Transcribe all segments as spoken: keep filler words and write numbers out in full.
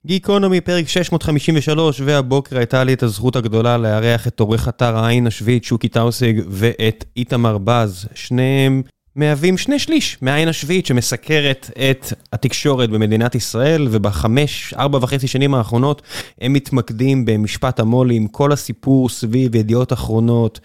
גיקונומי, פרק שש מאות חמישים ושלוש, והבוקר הייתה לי את הזכות הגדולה לארח את עורך אתר העין השביעית, שוקי טאוסג, ואת איתמר בז. שניהם מהווים שני שליש מהעין השביעית שמסקרת את התקשורת במדינת ישראל, ובחמש, ארבע וחצי שנים האחרונות הם מתמקדים במשפט המו"ל עם כל הסיפור סביב ידיעות אחרונות,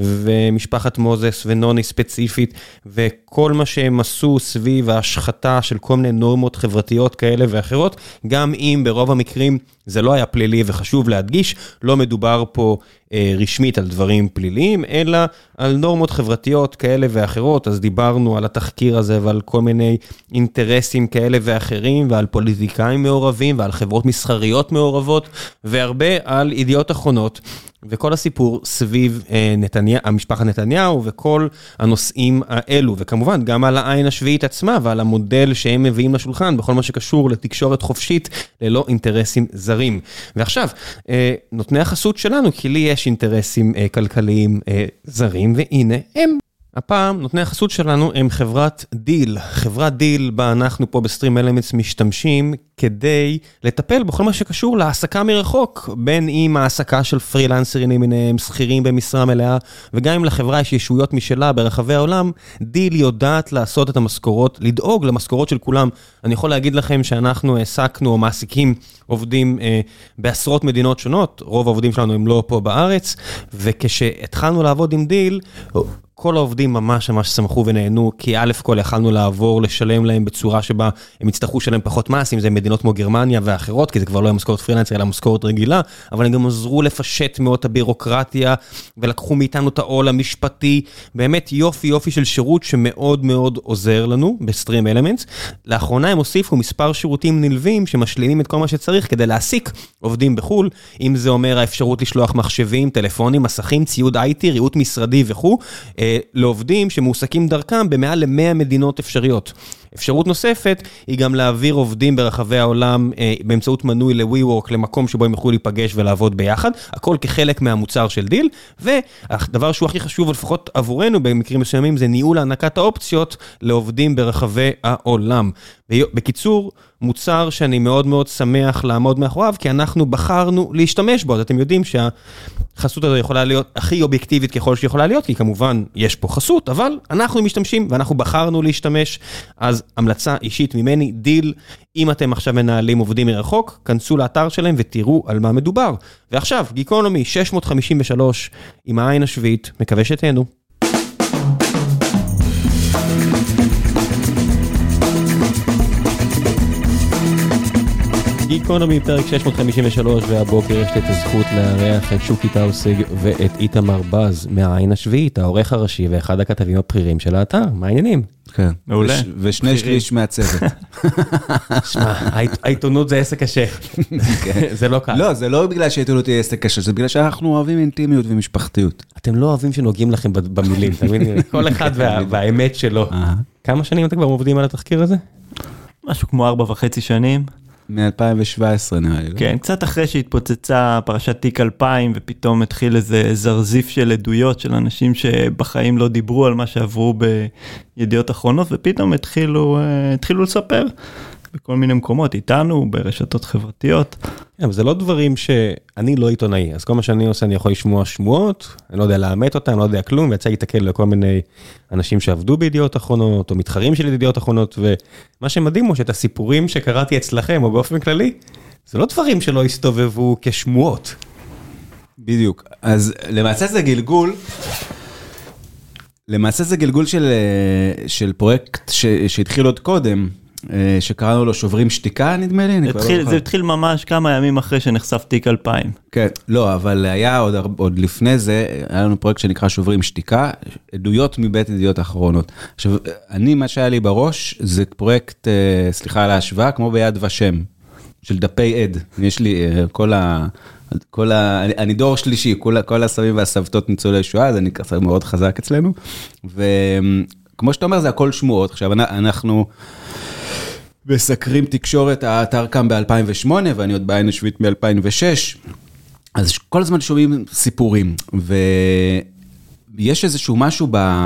ומשפחת מוזס ונוני ספציפית, וכל מה שהם עשו סביב ההשחתה של כל מיני נורמות חברתיות כאלה ואחרות, גם אם ברוב המקרים זה לא היה פלילי, וחשוב להדגיש, לא מדובר פה אה, רשמית על דברים פליליים, אלא על נורמות חברתיות כאלה ואחרות. אז דיברנו על התחקיר הזה ועל כל מיני אינטרסים כאלה ואחרים, ועל פוליטיקאים מעורבים ועל חברות מסחריות מעורבות, והרבה על ידיעות אחרונות. וכל הסיפור סביב אה, נתניה, המשפחת נתניהו וכל הנושאים האלו, וכמובן גם על העין השביעית עצמה ועל המודל שהם מביאים לשולחן בכל מה שקשור לתקשורת חופשית ללא אינטרסים זרים. ועכשיו, אה, נותני החסות שלנו, כי לי יש אינטרסים אה, כלכליים אה, זרים, והנה הם. הפעם נותני החסות שלנו הם חברת דיל, חברת דיל בה אנחנו פה בסטרים אלמנטס משתמשים כדי לטפל בכל מה שקשור להעסקה מרחוק, בין אם העסקה של פרילנסרים למיניהם, שכירים במשרה מלאה, וגם אם לחברה יש ישויות משלה ברחבי העולם, דיל יודעת לעשות את המשכורות, לדאוג למשכורות של כולם. אני יכול להגיד לכם שאנחנו העסקנו או מעסיקים עובדים אה, בעשרות מדינות שונות, רוב העובדים שלנו הם לא פה בארץ, וכשהתחלנו לעבוד עם דיל, כל העובדים ממש ממש שמחו ונהנו, כי א' כל יכלנו לעבור לשלם להם בצורה שבה הם יצטרכו לשלם פחות מס, אם זה מדינות כמו גרמניה ואחרות, כי זה כבר לא היה משכורת פרילנסר, אלא משכורת רגילה, אבל הם גם עזרו לפשט מאוד את הבירוקרטיה, ולקחו מאיתנו את העול המשפטי, באמת יופי יופי של שירות שמאוד מאוד עוזר לנו בסטרים אלמנטס. לאחרונה הם הוסיפו מספר שירותים נלווים שמשלימים את כל מה שצריך כדי להעסיק עובדים בחול, אם זה אומר האפשרות לשלוח מחשבים, טלפונים, מסכים, ציוד איי טי, ריהוט משרדי וכו', לעובדים שמועסקים דרכם במעל ל-מאה מדינות אפשריות. אפשרות נוספת היא גם להעביר עובדים ברחבי העולם אה, באמצעות מנוי ל-WeWork, למקום שבו הם יכולו להיפגש ולעבוד ביחד, הכל כחלק מהמוצר של דיל, והדבר שהוא הכי חשוב, לפחות עבורנו במקרים מסוימים, זה ניהול הענקת האופציות לעובדים ברחבי העולם. בקיצור, מוצר שאני מאוד מאוד שמח לעמוד מאחוריו, כי אנחנו בחרנו להשתמש בו. אז אתם יודעים שהחסות הזו יכולה להיות הכי אובייקטיבית ככל שיכולה להיות, כי כמובן יש פה חסות, אבל אנחנו משתמשים ואנחנו בחרנו להשתמש. אז המלצה אישית ממני, דיל, אם אתם עכשיו מנהלים עובדים מרחוק, כנסו לאתר שלהם ותראו על מה מדובר. ועכשיו, גיקונומי שש מאות חמישים ושלוש עם העין השביעית, מקווה שתהנו. גיקונומי פרק שש מאות חמישים ושלוש, והבוקר יש לי את הזכות לארח את שוקי טאוסג ואת איתמר בז מהעין השביעית, העורך הראשי ואחד הכתבים הבכירים של האתר. מה העניינים? כן, מעולה. ושני שליש מהצוות. שמע, העיתונות זה עסק קשה. זה לא קל. לא, זה לא בגלל שהעיתונות היא עסק קשה, זה בגלל שאנחנו אוהבים אינטימיות ומשפחתיות. אתם לא אוהבים שנוגעים לכם במילים, תמיד, כל אחד והאמת שלו. כמה שנים אתם כבר עובדים על התחקיר הזה? משהו כמו ארבע וחצי שנים. מ-אלפיים שבע עשרה נראה לי. כן, קצת אחרי שהתפוצצה פרשת תיק אלפיים, ופתאום התחיל איזה זרזיף של עדויות של אנשים שבחיים לא דיברו על מה שעברו בידיעות אחרונות, ופתאום התחילו, התחילו לספר בכל מיני מקומות, איתנו, ברשתות חברתיות. אבל זה לא דברים שאני לא עיתונאי, אז כל מה שאני עושה, אני יכול לשמוע שמועות, אני לא יודע לאמת אותם, לא יודע כלום, ויצא להתקל לכל מיני אנשים שעבדו בידיעות אחרונות, או מתחרים של ידיעות אחרונות, ומה שמדהים הוא שאת הסיפורים שקראתי אצלכם, או באופן כללי, זה לא דברים שלא הסתובבו כשמועות. בדיוק. אז למעשה זה גלגול, למעשה זה גלגול של, של פרויקט ש, שהתחיל עוד קודם, שקראנו לו שוברים שתיקה, נדמה לי. התחיל, זה התחיל ממש כמה ימים אחרי שנחשף תיק אלפיים. כן, לא, אבל היה עוד, עוד לפני זה, היה לנו פרויקט שנקרא שוברים שתיקה, עדויות מבית ידיעות אחרונות. עכשיו, אני, מה שהיה לי בראש, זה פרויקט, סליחה על ההשוואה, כמו ביד ושם, של דפי עד. יש לי כל ה... כל ה... אני, אני דור שלישי, כל, כל הסבים והסבתות ניצולי שואה, אז אני ככה מאוד חזק אצלנו. וכמו שאתה אומר, זה הכל שמועות. עכשיו, אנחנו... וסקרים תקשורת, האתר קם ב-אלפיים ושמונה, ואני עוד בעין השביעית מ-אלפיים ושש, אז כל הזמן שומעים סיפורים, ו... יש איזשהו משהו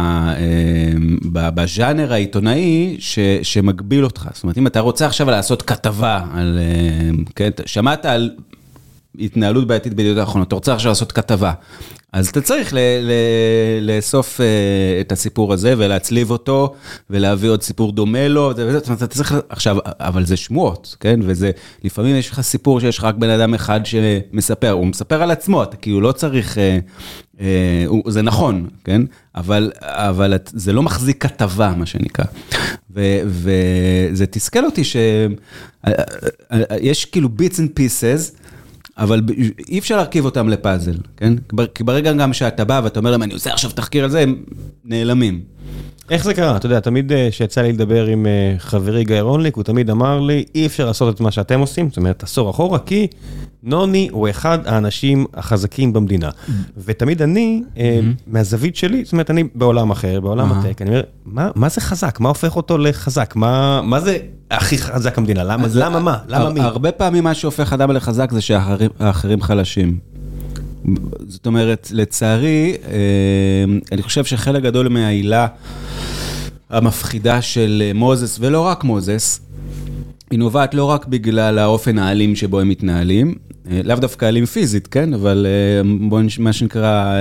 בז'אנר העיתונאי שמגביל אותך. זאת אומרת, אם אתה רוצה עכשיו לעשות כתבה על, כן, שמעת על התנהלות בעייתית בידיעות האחרונות, אתה רוצה עכשיו לעשות כתבה, אז אתה צריך לאסוף את הסיפור הזה ולהצליב אותו, ולהביא עוד סיפור דומה לו, זאת אומרת, אתה צריך עכשיו, אבל זה שמועות, כן? וזה, לפעמים יש לך סיפור שיש רק בן אדם אחד שמספר, הוא מספר על עצמו, אתה כאילו לא צריך, זה נכון, כן? אבל, אבל זה לא מחזיק כתבה, מה שנקרא. וזה תסכל אותי שיש כאילו bits and pieces, אבל אי אפשר להרכיב אותם לפאזל, כן? כי ברגע גם שאתה בא ואתה אומר להם, אני עושה עכשיו תחקיר על זה, הם נעלמים. איך זה קרה? אתה יודע, תמיד שיצא לי לדבר עם חברי גיא רונליק, הוא תמיד אמר לי, אי אפשר לעשות את מה שאתם עושים, זאת אומרת, עשור אחורה, כי נוני הוא אחד האנשים החזקים במדינה. ותמיד אני, מהזווית שלי, זאת אומרת, אני בעולם אחר, בעולם הטק, אני אומר, מה זה חזק? מה הופך אותו לחזק? מה זה הכי חזק המדינה? למה מה? למה מי? הרבה פעמים מה שהופך אדם לחזק זה שהאחרים חלשים. זאת אומרת, לצערי, אני חושב שחלק גדול מהעילה המפחידה של מוזס, ולא רק מוזס, היא נובעת לא רק בגלל האופן האלים שבו הם מתנהלים, לאו דווקא אלים פיזית, כן? אבל בוא מה שנקרא,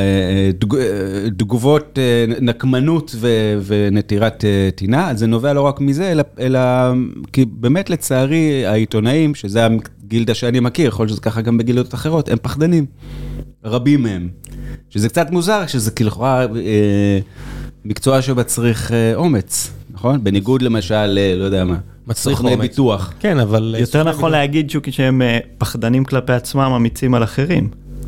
תגובות נקמנות ונטירת טינה, אז זה נובע לא רק מזה, אלא, אלא כי באמת לצערי העיתונאים, שזה הגילדה שאני מכיר, יכול להיות שזה ככה גם בגילדות אחרות, הם פחדנים. רבים מהם. שזה קצת מוזר, שזה כאילו אה, מקצוע שבצריך אה, אומץ, נכון? בניגוד למשל, אה, לא יודע מה, מצריך אומץ. ביטוח. כן, אבל... יותר נכון בגלל... להגיד שוקי שהם אה, פחדנים כלפי עצמם, אמיצים על אחרים.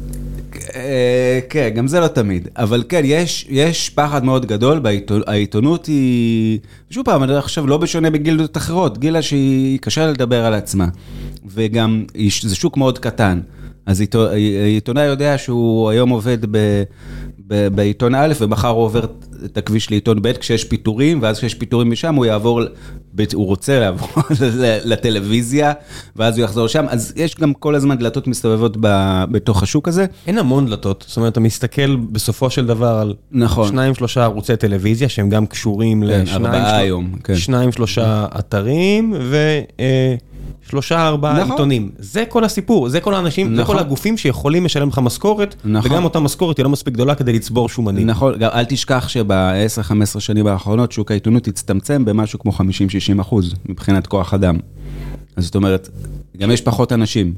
אה, כן, גם זה לא תמיד. אבל כן, יש, יש פחד מאוד גדול, בעיתונות, העיתונות היא... שוב פעם, אני חושב, לא בשונה בגילדות אחרות, גילה שהיא קשה לדבר על עצמה. וגם, זה שוק מאוד קטן. אז העיתונאי יודע שהוא היום עובד בעיתון א' ומחר הוא עובר את הכביש לעיתון ב' כשיש פיטורים, ואז כשיש פיטורים משם הוא יעבור, הוא רוצה לעבור לטלוויזיה, ואז הוא יחזור שם, אז יש גם כל הזמן דלתות מסתובבות בתוך השוק הזה. אין המון דלתות, זאת אומרת, אתה מסתכל בסופו של דבר על שניים שלושה ערוצי טלוויזיה, שהם גם קשורים לשניים שלושה אתרים, ו... שלושה, ארבעה עיתונים. זה כל הסיפור, זה כל האנשים, זה כל הגופים שיכולים לשלם לך משכורת, וגם אותה משכורת היא לא מספיק גדולה כדי לצבור שומנים. נכון, אל תשכח שב-עשר חמש עשרה שנים האחרונות, שוק העיתונות הצטמצם במשהו כמו חמישים שישים אחוז, מבחינת כוח אדם. אז זאת אומרת, גם יש פחות אנשים.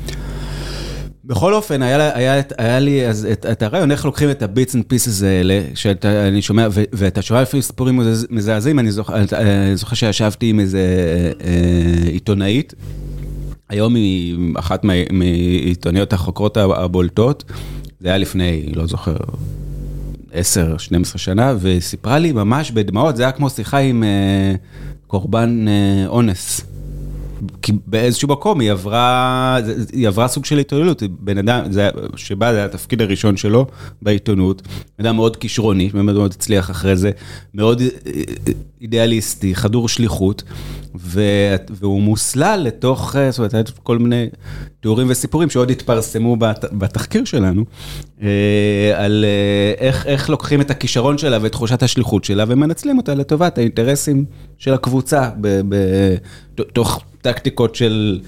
בכל אופן, היה, היה, היה לי אז את, את הרעיון, איך לוקחים את ה-bits and pieces האלה, שאני שומע, ו, ואתה שומע לפי סיפורים מזעזעים, אני זוכר, זוכר שישבתי עם איזה אה, עיתונאית, היום היא אחת מעיתוניות החוקרות הבולטות, זה היה לפני, לא זוכר, עשר, שתים עשרה שנה, וסיפרה לי ממש בדמעות, זה היה כמו שיחה עם אה, קורבן אה, אונס. כי באיזשהו מקום היא עברה, היא עברה סוג של התעללות, בן אדם, זה, שבה זה היה התפקיד הראשון שלו בעיתונות, בן אדם מאוד כישרוני, מאוד מאוד הצליח אחרי זה, מאוד אידיאליסטי, חדור שליחות, והוא מוסלל לתוך, זאת אומרת, כל מיני תיאורים וסיפורים שעוד התפרסמו בתחקיר שלנו, על איך, איך לוקחים את הכישרון שלה ואת תחושת השליחות שלה, ומנצלים אותה לטובת האינטרסים של הקבוצה, בתוך טקטיקות של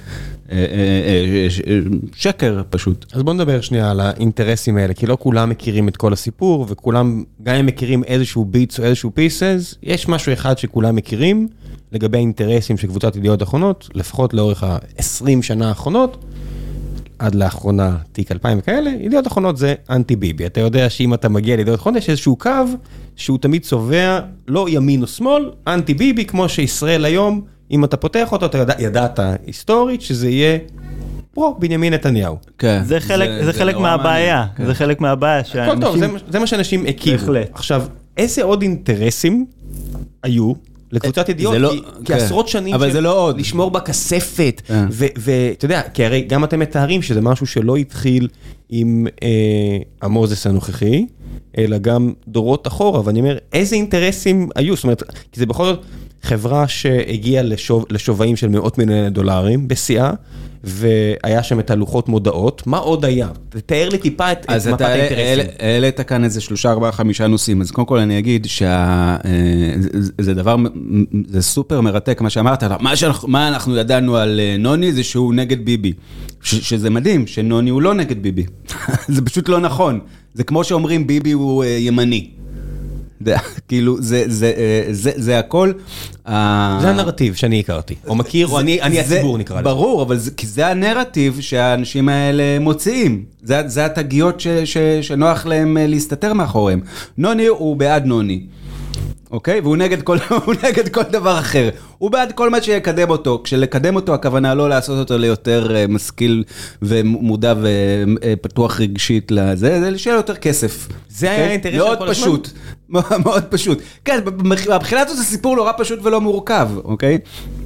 שקר פשוט. אז בוא נדבר שנייה על האינטרסים האלה, כי לא כולם מכירים את כל הסיפור, וכולם, גם אם מכירים איזשהו ביטס או איזשהו פיסס, יש משהו אחד שכולם מכירים, לגבי האינטרסים של קבוצת ידיעות אחרונות, לפחות לאורך ה-עשרים שנה האחרונות, עד לאחרונה, תיק אלפיים וכאלה, ידיעות אחרונות זה אנטי ביבי. אתה יודע שאם אתה מגיע לידיעות אחרונות, יש איזשהו קו שהוא תמיד צובע, לא ימין או שמאל, אנטי ביבי, כמו שישראל היום, אם אתה פותח אותו, אתה יודע, ידעת היסטורית, שזה יהיה פרו בנימין נתניהו. כן. זה חלק, זה, זה חלק זה מהבעיה, כן. זה חלק מהבעיה. הכל טוב, זה, זה מה שאנשים הכירו. עכשיו, איזה עוד אינטרסים היו לקבוצת ידיעות, לא, כי, כן. כי עשרות שנים אבל זה לא עוד. לשמור בכספת, כן. ואתה יודע, כי הרי גם אתם מתארים שזה משהו שלא התחיל עם אה, המוזס הנוכחי, אלא גם דורות אחורה, ואני אומר, איזה אינטרסים היו? זאת אומרת, כי זה בכל זאת, חברה שהגיעה לשוב, לשובעים של מאות מיליוני דולרים בשיאה, והיה שם את הלוחות מודעות. מה עוד היה? תאר לי טיפה את אז מפת האינטרסים. אז אתה העלית כאן איזה שלושה, ארבעה, חמישה נושאים. אז קודם כל אני אגיד שזה דבר, זה סופר מרתק מה שאמרת. מה, שאנחנו, מה אנחנו ידענו על נוני זה שהוא נגד ביבי. ש, שזה מדהים, שנוני הוא לא נגד ביבי. זה פשוט לא נכון. זה כמו שאומרים ביבי הוא ימני. זה, כאילו, זה, זה, זה, זה הכל. זה הנרטיב שאני הכרתי, או מכיר, או אני, אני הציבור נקרא לזה. ברור, אבל זה, כי זה הנרטיב שהאנשים האלה מוציאים. זה, זה התגיות ש, ש, שנוח להם להסתתר מאחוריהם. נוני הוא בעד נוני. אוקיי? והוא נגד כל, הוא נגד כל דבר אחר. הוא בעד כל מה שיקדם אותו. כשלקדם אותו, הכוונה לא לעשות אותו ליותר משכיל ומודע ופתוח רגשית לזה, זה שיהיה יותר כסף. זה היה האינטרס של כל הזמן? מאוד פשוט. מאוד פשוט. כן, מבחינת הזאת זה סיפור נורא פשוט ולא מורכב, אוקיי?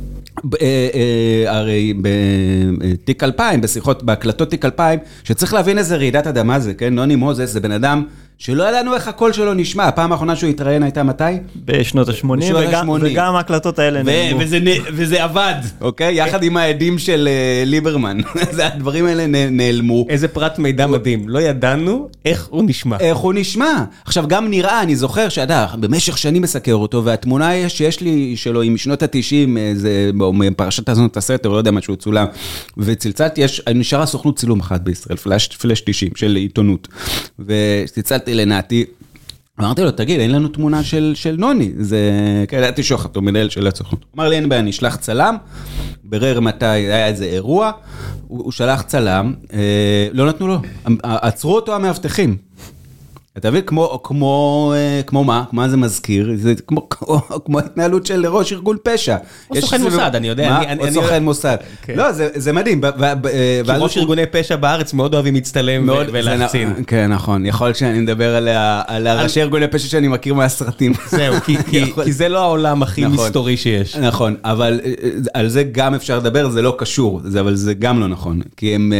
הרי בתיק אלפיים, בשיחות, בהקלטות תיק אלפיים, שצריך להבין איזה רעידת אדמה זה, כן? נוני מוזס זה בן אדם שלא ידענו איך הקול שלו נשמע. הפעם האחרונה שהוא התראיין הייתה מתי? בשנות ה-שמונים, וגם ההקלטות האלה נעלמו. וזה עבד, אוקיי? יחד עם העדים של ליברמן. הדברים האלה נעלמו. איזה פרט מידע מדהים. לא ידענו איך הוא נשמע. איך הוא נשמע. עכשיו, גם נראה, אני זוכר שאתה, במשך שנים מסקר אותו, והתמונה שיש לי שלו עם שנות ה-תשעים, זה פרשת הזונות הסתר, לא יודע מה שהוא צולם, וצלצלתי, יש, נשארה סוכנות צילום אחת בישראל, פלש תשעים, של עיתונות. וצלצלתי לנעתי, אמרתי לו, תגיד, אין לנו תמונה של, של נוני, זה, כן, ידעתי שוחט, הוא מנהל של הסוכנות. אמר לי, אין בעיה, אני שלח צלם, ברר מתי היה איזה אירוע, הוא, הוא שלח צלם, אה, לא נתנו לו, עצרו אותו המאבטחים. אתה מבין, כמו, כמו, כמו מה? מה זה מזכיר? זה כמו, כמו התנהלות של ראש ארגון פשע. או סוכן מוסד, אני יודע. מה? או סוכן מוסד. לא, זה מדהים. כי ראש ארגוני פשע בארץ מאוד אוהבים להצטלם ולהחצין. כן, נכון. יכול שאני מדבר על הראשי ארגוני פשע שאני מכיר מהסרטים. זהו, כי זה לא העולם הכי מסתורי שיש. נכון, אבל על זה גם אפשר לדבר, זה לא קשור, אבל זה גם לא נכון. כי הם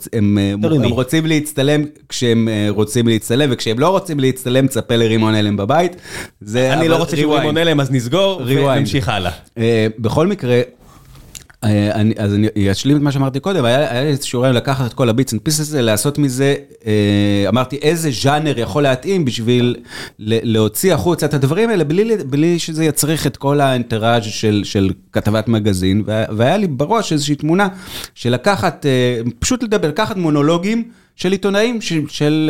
רוצים להצטלם כשהם רוצים להצטלם, וכשהם לא רוצים להצטלם, צפה לרימון אלם בבית. אני לא רוצה שהוא רימון אלם, אז נסגור ונמשיך הלאה. בכל מקרה, אז אני אשלים את מה שאמרתי קודם, היה לי שורם לקחת את כל הביטס and pieces הזה, לעשות מזה, אמרתי איזה ז'אנר יכול להתאים בשביל להוציא החוצה את הדברים האלה, בלי שזה יצריך את כל האינטראז' של כתבת מגזין, והיה לי בראש איזושהי תמונה של לקחת, פשוט לדבר, לקחת מונולוגים של עיתונאים, של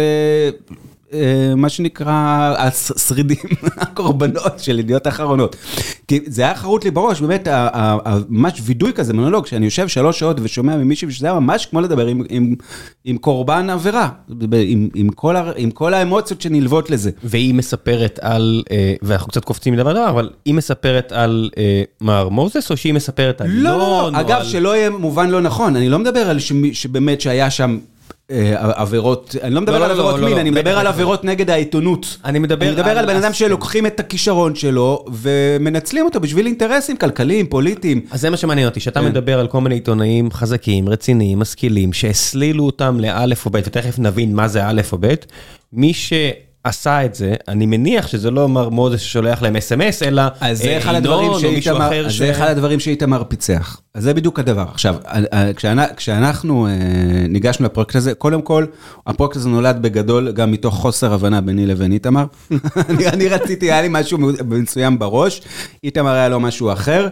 מה שנקרא השרידים, הקורבנות של ידיעות אחרונות. כי זה היה חרוט לי בראש, באמת, ממש וידוי כזה, מונולוג, שאני יושב שלוש שעות ושומע ממישהו, שזה היה ממש כמו לדבר עם, עם, עם קורבן עבירה, עם, עם, כל, עם כל האמוציות שנלוות לזה. והיא מספרת על, ואנחנו קצת קופצים מדבר דבר, אבל היא מספרת על מר מוזס, או שהיא מספרת על לא, לא, לא, אגב, על... שלא יהיה מובן לא נכון, אני לא מדבר על שבאמת שהיה שם, עבירות, אני לא מדבר על עבירות מין, אני מדבר על עבירות נגד העיתונות. אני מדבר על בן אדם שלוקחים את הכישרון שלו ומנצלים אותו בשביל אינטרסים כלכליים, פוליטיים. אז זה מה שמעניין אותי, שאתה מדבר על כל מיני עיתונאים חזקים, רציניים, משכילים, שהסלילו אותם לאלף או ב', ותכף נבין מה זה אלף או ב', מי ש... עשה את זה, אני מניח שזה לא מר מוזס ששולח להם אס אם אס, אלא עינון או מישהו אחר. זה אחד הדברים שאיתמר פיצח. אז זה בדיוק הדבר. עכשיו, כשאנחנו ניגשנו לפרויקט הזה, קודם כל, הפרויקט הזה נולד בגדול, גם מתוך חוסר הבנה ביני לבין איתמר. אני רציתי, היה לי משהו מסוים בראש, איתמר היה לו משהו אחר,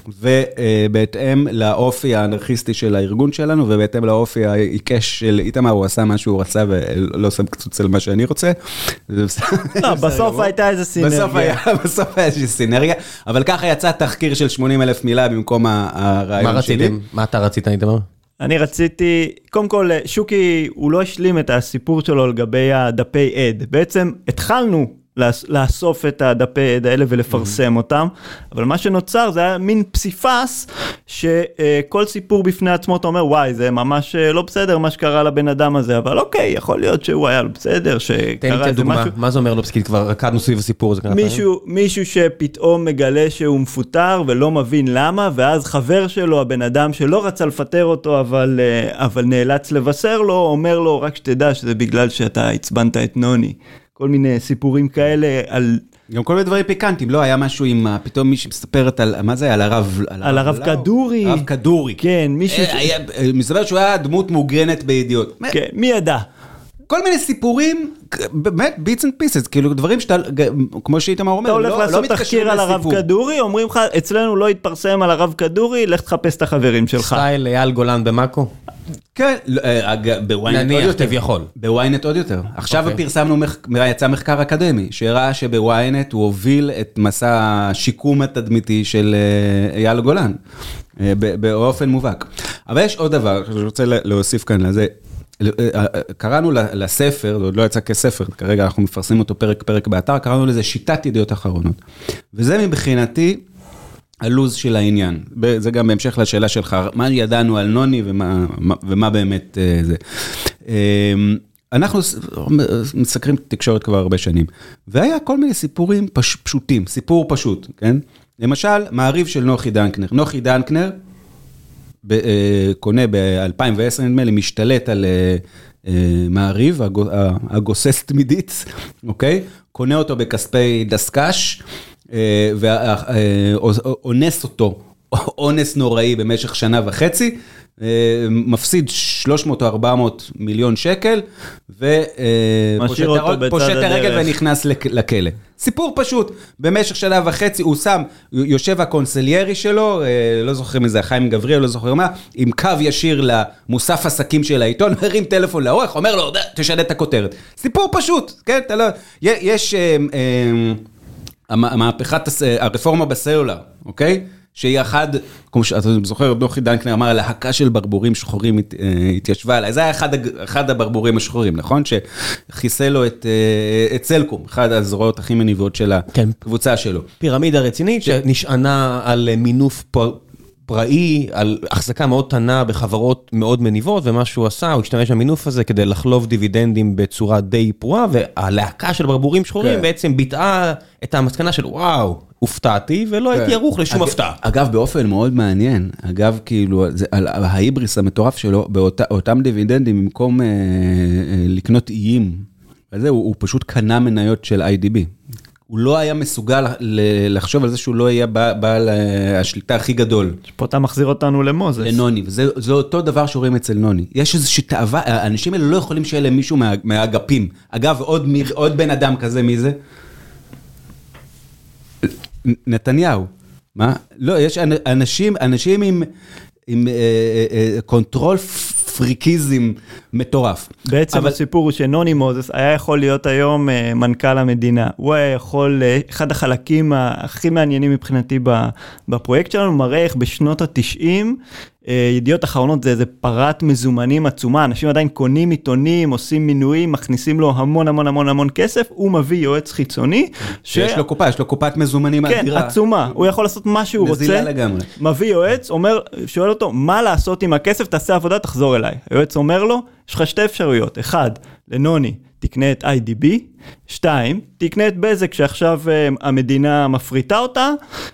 ובהתאם לאופי האנרכיסטי של הארגון שלנו, ובהתאם לאופי העיקש של איתמר, הוא עשה מה שהוא רצה, ולא שם קצוץ על מה שאני רוצה. לא, בסוף הייתה איזה סינרגיה. בסוף היה איזושהי סינרגיה, אבל ככה יצא תחקיר של שמונים אלף מילה במקום הרעיון שלי. מה אתה רצית, איתמר? אני רציתי, קודם כל, שוקי, הוא לא השלים את הסיפור שלו לגבי הדפי עד. בעצם התחלנו לאסוף את הדפי עד האלה ולפרסם אותם, אבל מה שנוצר זה היה מין פסיפס, שכל סיפור בפני עצמו אתה אומר, וואי, זה ממש לא בסדר מה שקרה לבן אדם הזה, אבל אוקיי, יכול להיות שהוא היה בסדר, שקרה איזה משהו. מה זה אומר לא בסדר? כבר רקדנו סביב הסיפור הזה. מישהו, מישהו שפתאום מגלה שהוא מפוטר ולא מבין למה, ואז חבר שלו, הבן אדם שלא רצה לפטר אותו, אבל, אבל נאלץ לבשר לו, אומר לו, רק שתדע שזה בגלל שאתה הצבנת את נוני. כל מיני סיפורים כאלה על גם כל מיני דברים פיקנטים, לא היה משהו עם, פתאום מישהי מספרת על, מה זה, על הרב... על הרב כדורי. הרב כדורי. כן, מישהו... מסתבר שהוא היה דמות מוגרנת בידיעות. כן, מי ידע? כל מיני סיפורים, באמת, bits and pieces, כאילו דברים שאתה, כמו שאיתמר אומר, אתה הולך לעשות תחקיר על הרב כדורי, אומרים לך, אצלנו לא יתפרסם על הרב כדורי, לך תחפש את החברים שלך. סטייל אייל גולן במאקו? כן, בוויינט עוד יותר. יכול. בוויינט עוד יותר. עכשיו פרסמנו, יצא מחקר אקדמי, שהראה שבוויינט הוא הוביל את מסע השיקום התדמיתי של אייל גולן, באופן מובהק. אבל יש עוד דבר, שאני רוצה להוסיף כאן לזה, קראנו לספר, זה עוד לא יצא כספר, כרגע אנחנו מפרסמים אותו פרק פרק באתר, קראנו לזה שיטת ידיעות אחרונות. וזה מבחינתי הלוז של העניין. זה גם בהמשך לשאלה שלך, מה ידענו על נוני ומה, ומה באמת זה. אנחנו מסקרים תקשורת כבר הרבה שנים, והיה כל מיני סיפורים פש, פשוטים, סיפור פשוט, כן? למשל, מעריב של נוחי דנקנר. נוחי דנקנר, קונה ב-אלפיים ועשר נדמה לי, משתלט על מעריב, הגוסס תמידית, אוקיי? קונה אותו בכספי דסקש, ואונס אותו, אונס נוראי במשך שנה וחצי, מפסיד שלוש מאות או ארבע מאות מיליון שקל, ופושט הרגל ונכנס לכלא. סיפור פשוט, במשך שנה וחצי הוא שם, יושב הקונסליירי שלו, לא זוכרים מזה, חיים גבריאל, לא זוכר מה, עם קו ישיר למוסף עסקים של העיתון, הרים טלפון לאורך, אומר לו, תשנה את הכותרת. סיפור פשוט, כן? יש המהפכת, הרפורמה בסלולר, אוקיי? שהיא אחד, כמו שאתה זוכר, נוחי דנקנר אמר, להקה של ברבורים שחורים התיישבה עליי. זה היה אחד, אחד הברבורים השחורים, נכון? שחיסל לו את, את סלקום, אחד הזרועות הכי מניבות של הקבוצה שלו. פירמידה רצינית שנשענה על מינוף פראי, על החזקה מאוד תנה בחברות מאוד מניבות, ומה שהוא עשה, הוא השתמש במינוף הזה כדי לחלוב דיבידנדים בצורה די פרועה, והלהקה של ברבורים שחורים בעצם ביטאה את המסקנה של וואו, הופתעתי, ולא הייתי ערוך לשום הפתעה. אגב, באופן מאוד מעניין, אגב, כאילו, ההיבריס המטורף שלו, באותם דיבידנדים, במקום לקנות איים, הוא פשוט קנה מניות של איי די בי. הוא לא היה מסוגל לחשוב על זה שהוא לא היה בעל השליטה הכי גדול. פה אתה מחזיר אותנו למוזס. לנוני, וזה אותו דבר שרואים אצל נוני. יש איזושהי תאווה, האנשים האלה לא יכולים שיהיה להם מישהו מהאגפים. אגב, עוד בן אדם כזה, מי זה? נתניהו. מה? לא, יש אנשים, אנשים עם, עם קונטרול פריקיזם מטורף. בעצם אבל... הסיפור הוא שנוני מוזס היה יכול להיות היום מנכ"ל המדינה. הוא היה יכול, אחד החלקים הכי מעניינים מבחינתי בפרויקט שלנו, מראה איך בשנות ה-תשעים, ידיעות אחרונות זה איזה פרת מזומנים עצומה, אנשים עדיין קונים עיתונים, עושים מינויים, מכניסים לו המון המון המון המון כסף, הוא מביא יועץ חיצוני. שיש ש... לו קופה, יש לו קופת מזומנים כן, אדירה. עצומה, הוא יכול לעשות מה שהוא רוצה, לגמרי. מביא יועץ, אומר, שואל אותו, מה לעשות עם הכסף, תעשה עבודה, תחזור אליי. היועץ אומר לו, יש לך שתי אפשרויות, אחד, לנוני, תקנה את איי די בי, שתיים, תקנה את בזק שעכשיו המדינה מפריטה אותה,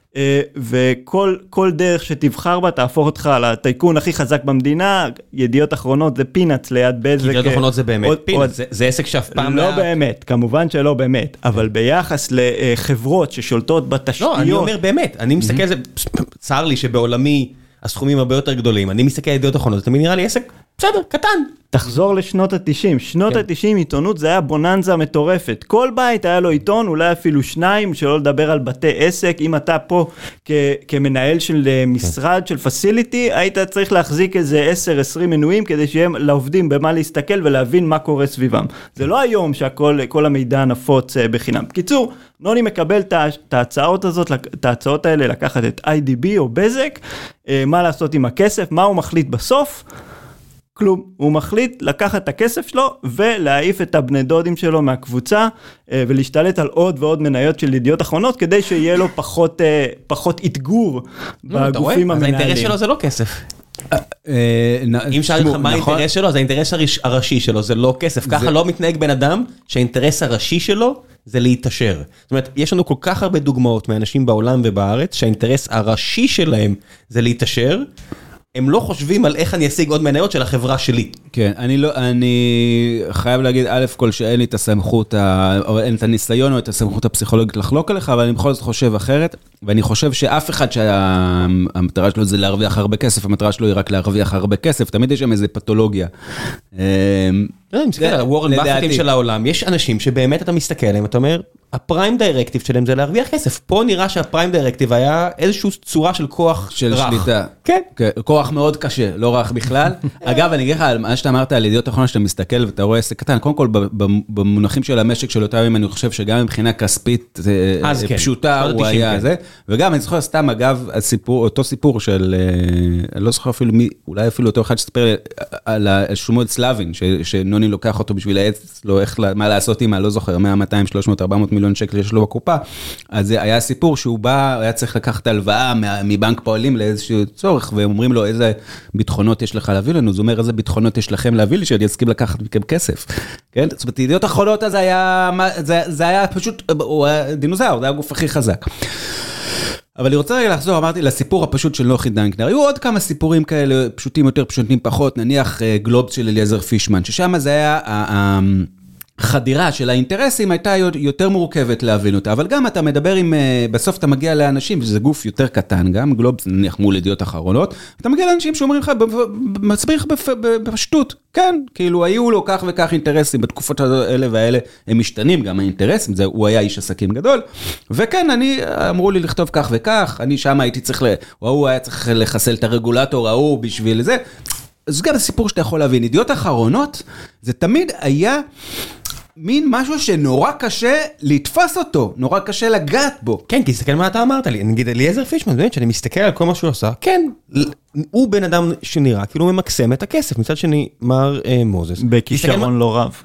וכל כל דרך שתבחר בה תהפוך אותך לטייקון הכי חזק במדינה, ידיעות אחרונות זה פינאץ ליד בזק. ידיעות אחרונות זה באמת פינאץ, זה, זה עסק שאף פעם לא באמת, כמובן שלא באמת, אבל ביחס לחברות ששולטות בתשתיות. לא, אני אומר באמת, אני מסתכל על זה, צר לי שבעולמי הסכומים הרבה יותר גדולים, אני מסתכל על ידיעות אחרונות, זה תמיד נראה לי עסק, בסדר, קטן. תחזור לשנות ה-תשעים, שנות ה-תשעים עיתונות זה היה בוננזה מטורפת, כל בית היה לו עיתון, אולי אפילו שניים, שלא לדבר על בתי עסק, אם אתה פה כ- כמנהל של משרד, של פסיליטי, היית צריך להחזיק איזה עשר עשרים מנויים, כדי שיהם לעובדים במה להסתכל ולהבין מה קורה סביבם. זה לא היום שהכל, כל המידע נפוץ בחינם. בקיצור, נוני מקבל את ההצעות הזאת, את ההצעות האלה לקחת את איי די בי או בזק, מה לעשות עם הכסף, מה הוא מחליט בסוף, כלום, הוא מחליט לקחת את הכסף שלו ולהעיף את הבני דודים שלו מהקבוצה ולהשתלט על עוד ועוד מניות של ידיעות אחרונות כדי שיהיה לו פחות, פחות התגור בגופים המנהלים. אז האינטרס שלו זה לא כסף. אם שאלת לך מה האינטרס שלו, אז האינטרס הראשי שלו זה לא כסף. ככה לא מתנהג בן אדם שהאינטרס הראשי שלו זה להתאשר. זאת אומרת, יש לנו כל כך הרבה דוגמאות מאנשים בעולם ובארץ שהאינטרס הראשי שלהם זה להתאשר. הם לא חושבים על איך אני אשיג עוד מניות של החברה שלי. כן, אני לא, אני חייב להגיד, א' כל שאין לי את הסמכות, או אין את הניסיון או את הסמכות הפסיכולוגית לחלוק עליך, אבל אני בכל זאת חושב אחרת, ואני חושב שאף אחד שהמטרה שלו זה להרוויח הרבה כסף, המטרה שלו היא רק להרוויח הרבה כסף, תמיד יש שם איזה פתולוגיה. אני מסתכל על הוורן באפטים של העולם, יש אנשים שבאמת אתה מסתכל עליהם, אתה אומר, הפריים דיירקטיב שלהם זה להרוויח כסף. פה נראה שהפריים דיירקטיב היה איזושהי צורה של כוח של רך. שליטה. כן. כוח מאוד קשה, לא רך בכלל. אגב, אני אגיד לך, מה שאתה אמרת על ידיעות אחרונות, שאתה מסתכל ואתה רואה עסק קטן, קודם כל במונחים של המשק של אותם ימים, אני חושב שגם מבחינה כספית פשוטה הוא היה זה, וגם אני זוכר סתם, אגב, אותו סיפור של, אני לא זוכר אפילו מי, אולי אפילו אותו אחד שספר על שומות סלאבין, שנוני לוקח אותו בשביל העץ, לא איך, מה לעשות עם, לא זוכר, מאה, מאתיים, שלוש מאות, ארבע מאות מיליון שקל יש לו בקופה, אז זה היה סיפור שהוא בא, היה צריך לקחת הלוואה מבנק פועלים לאיזשהו צורך, והם אומרים לו איזה ביטחונות יש לך להביא לנו, זה אומר איזה ביטחונות יש לכם להביא לי, שאני אסכים לקחת מכם כסף, כן? זאת אומרת, ידיעות אחרונות אז היה, זה, זה היה פשוט, הוא היה דינוזאור, זה היה הגוף הכי חזק. אבל אני רוצה רגע לחזור, אמרתי, לסיפור הפשוט של נוחי דנקנר. היו עוד כמה סיפורים כאלה, פשוטים יותר, פשוטים פחות, נניח גלובס של אליעזר פישמן, ששם זה היה החדירה של האינטרסים, הייתה יותר מורכבת להבין אותה, אבל גם אתה מדבר עם, בסוף אתה מגיע לאנשים, וזה גוף יותר קטן גם, גלובס נניח מול ידיעות אחרונות, אתה מגיע לאנשים שאומרים לך, מסביר לך בפשטות, כן, כאילו היו לו כך וכך אינטרסים, בתקופות האלה והאלה הם משתנים, גם האינטרסים, זה, הוא היה איש עסקים גדול, וכן, אני, אמרו לי לכתוב כך וכך, אני שם הייתי צריך, הוא היה צריך לחסל את הרגולטור, ההוא בשביל זה, זה גם הסיפור שאתה יכול להבין, ידיעות אחרונות, זה תמיד היה מין משהו שנורא קשה לתפוס אותו, נורא קשה לגעת בו. כן, כי תסתכל מה אתה אמרת לי, נגיד אליעזר פישמן, באמת שאני מסתכל על כל מה שהוא עושה, כן, הוא בן אדם שנראה, כאילו הוא ממקסם את הכסף, מצד שני, מר מוזס. בכישרון לא רב.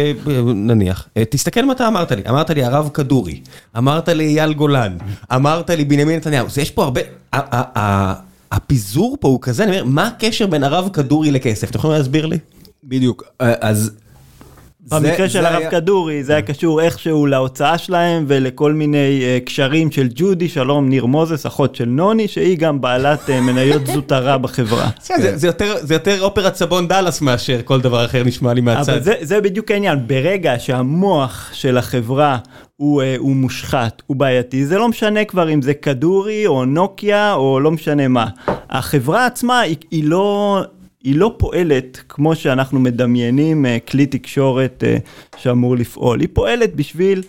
נניח, תסתכל מה אתה אמרת לי, אמרת לי הרב כדורי, אמרת לי אייל גולן, אמרת לי בנימין נתניהו, יש פה הרבה, הפיזור פה הוא כזה, אני אומר, מה הקשר בין הרב כדורי לכסף? אתה יכול להסביר לי? בדיוק, אז במקרה של הרב כדורי, זה היה קשור איכשהו להוצאה שלהם, ולכל מיני קשרים של ג'ודי, שלום ניר מוזס, אחות של נוני, שהיא גם בעלת מניות זוטרה בחברה. זה יותר אופרת סבון דלס מאשר כל דבר אחר נשמע לי מהצד. אבל זה בדיוק העניין, ברגע שהמוח של החברה הוא מושחת, הוא בעייתי, זה לא משנה כבר אם זה כדורי או נוקיה או לא משנה מה. החברה עצמה היא לא היא לא פועלת כמו שאנחנו מדמיינים כלי תקשורת שאמור לפעול. היא פועלת בשביל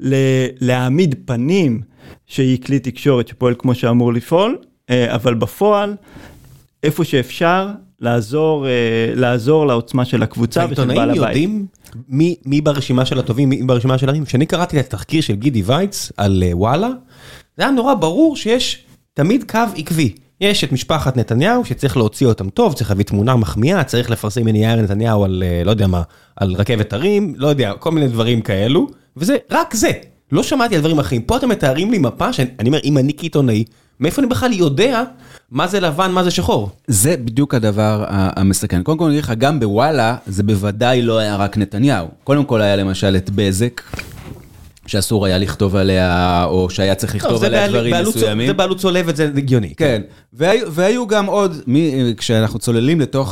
להעמיד פנים שהיא כלי תקשורת שפועל כמו שאמור לפעול, אבל בפועל, איפה שאפשר, לעזור, לעזור לעוצמה של הקבוצה ושל בעל הבית. העיתונאים יודעים מי, מי ברשימה של הטובים, מי ברשימה של הרעים. כשאני קראתי את התחקיר של גידי וייץ על וואלה, זה היה נורא ברור שיש תמיד קו עקבי. יש את משפחת נתניהו שצריך להוציא אותם טוב, צריך להביא תמונה מחמיאה, צריך לפרסם מנייר נתניהו על, לא יודע מה, על רכבת הרים, לא יודע, כל מיני דברים כאלו, וזה, רק זה. לא שמעתי על דברים אחרים. פה אתם מתארים לי מפה, שאני אומר, אם אני כעיתונאי, מאיפה אני בכלל יודע מה זה לבן, מה זה שחור? זה בדיוק הדבר המסכן. קודם כל, אני אגיד לך, גם בוואלה, זה בוודאי לא היה רק נתניהו. קודם כל היה למשל את בזק, שאסור היה לכתוב עליה, או שהיה צריך לכתוב עליה דברים מסוימים. זה בעלות צולבת, זה הגיוני. כן, והיו גם עוד, כשאנחנו צוללים לתוך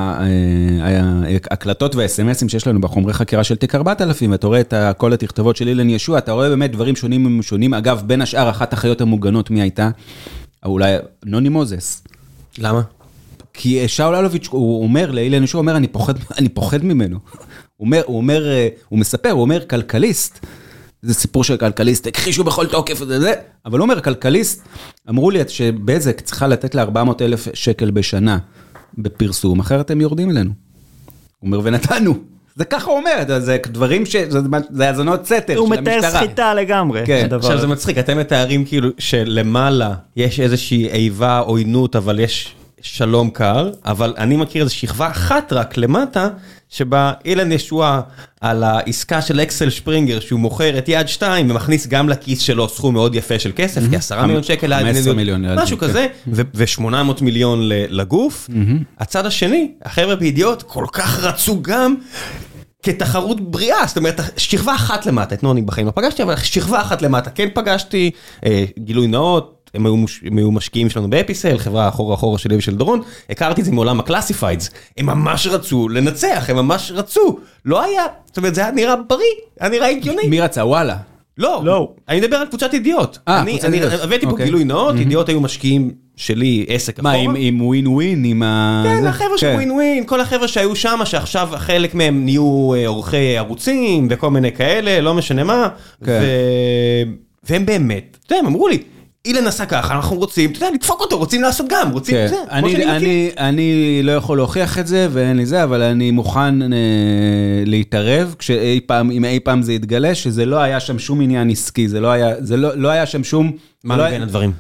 ההקלטות וה-אס אם אסים שיש לנו בחומרי חקירה של תיק ארבעת אלפים, ואתה רואה את כל התכתובות של אילן ישוע, אתה רואה באמת דברים שונים ומשונים. אגב, בין השאר, אחת החיות המוגנות, מי הייתה? אולי נוני מוזס. למה? כי שאול אלוביץ', הוא אומר לאילן ישוע, הוא אומר, אני פוחד ממנו. הוא אומר, הוא מספר, הוא אומר, כלכליסט. זה סיפור של כלכליסט, הכחישו בכל תוקף, זה זה, אבל הוא אומר, כלכליסט, אמרו לי שבזק צריכה לתת לה ארבע מאות אלף שקל בשנה בפרסום, אחרת הם יורדים אלינו. הוא אומר, ונתנו. זה ככה הוא אומר, זה דברים ש... זה האזנות סתר של המשטרה. הוא מתאר סחיטה לגמרי. כן, עכשיו זה מצחיק, אתם מתארים כאילו שלמעלה יש איזושהי איבה, עוינות, אבל יש שלום קר, אבל אני מכיר איזו שכבה אחת רק למטה, שבה אילן ישוע על העסקה של אקסל שפרינגר, שהוא מוכר את יד שתיים, ומכניס גם לכיס שלו סכום מאוד יפה של כסף, כי עשרה מיליון שקל, משהו כזה, ו-שמונה מאות מיליון לגוף. הצד השני, החבר'ה בידיעות, כל כך רצו גם כתחרות בריאה, זאת אומרת, שכבה אחת למטה, את נוני בחיים לא פגשתי, אבל שכבה אחת למטה, כן פגשתי, גילוי נאות, הם היו, הם היו משקיעים שלנו באפיסל, חברה אחורה אחורה שלי ושל דורון, הכרתי את זה מעולם הקלאסיפיידס, הם ממש רצו לנצח, הם ממש רצו, לא היה, זאת אומרת, זה היה נראה בריא, היה נראה הגיוני. מי רצה? וואלה. לא, לא. אני מדבר על קבוצת ידיעות. אה, אני, קבוצת אני ידיעות. הבאתי פה אוקיי. גילוי נאות, ידיעות היו משקיעים שלי עסק מה, אחורה. עם, עם ווין ווין, עם ה... כן, זה? החבר'ה של ווין ווין, כל החבר'ה שהיו שם, שעכשיו חלק מהם נהיו עורכי ערוצים, וכל מיני כאלה, לא משנה מה, כן. ו... והם באמת, אתה יודע, הם אמרו לי, אילן עשה ככה, אנחנו רוצים, אתה יודע, לדפוק אותו, רוצים לעשות גם, רוצים, כן. זה, אני, כמו שאני מכיר. אני, אני לא יכול להוכיח את זה, ואין לי זה, אבל אני מוכן אה, להתערב, כשאי פעם, אם אי פעם זה יתגלה, שזה לא היה שם שום עניין עסקי, זה לא היה, זה לא, לא היה שם שום... מה לא מבין היה, הדברים?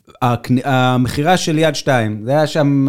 המחירה של יד שתיים, זה היה שם,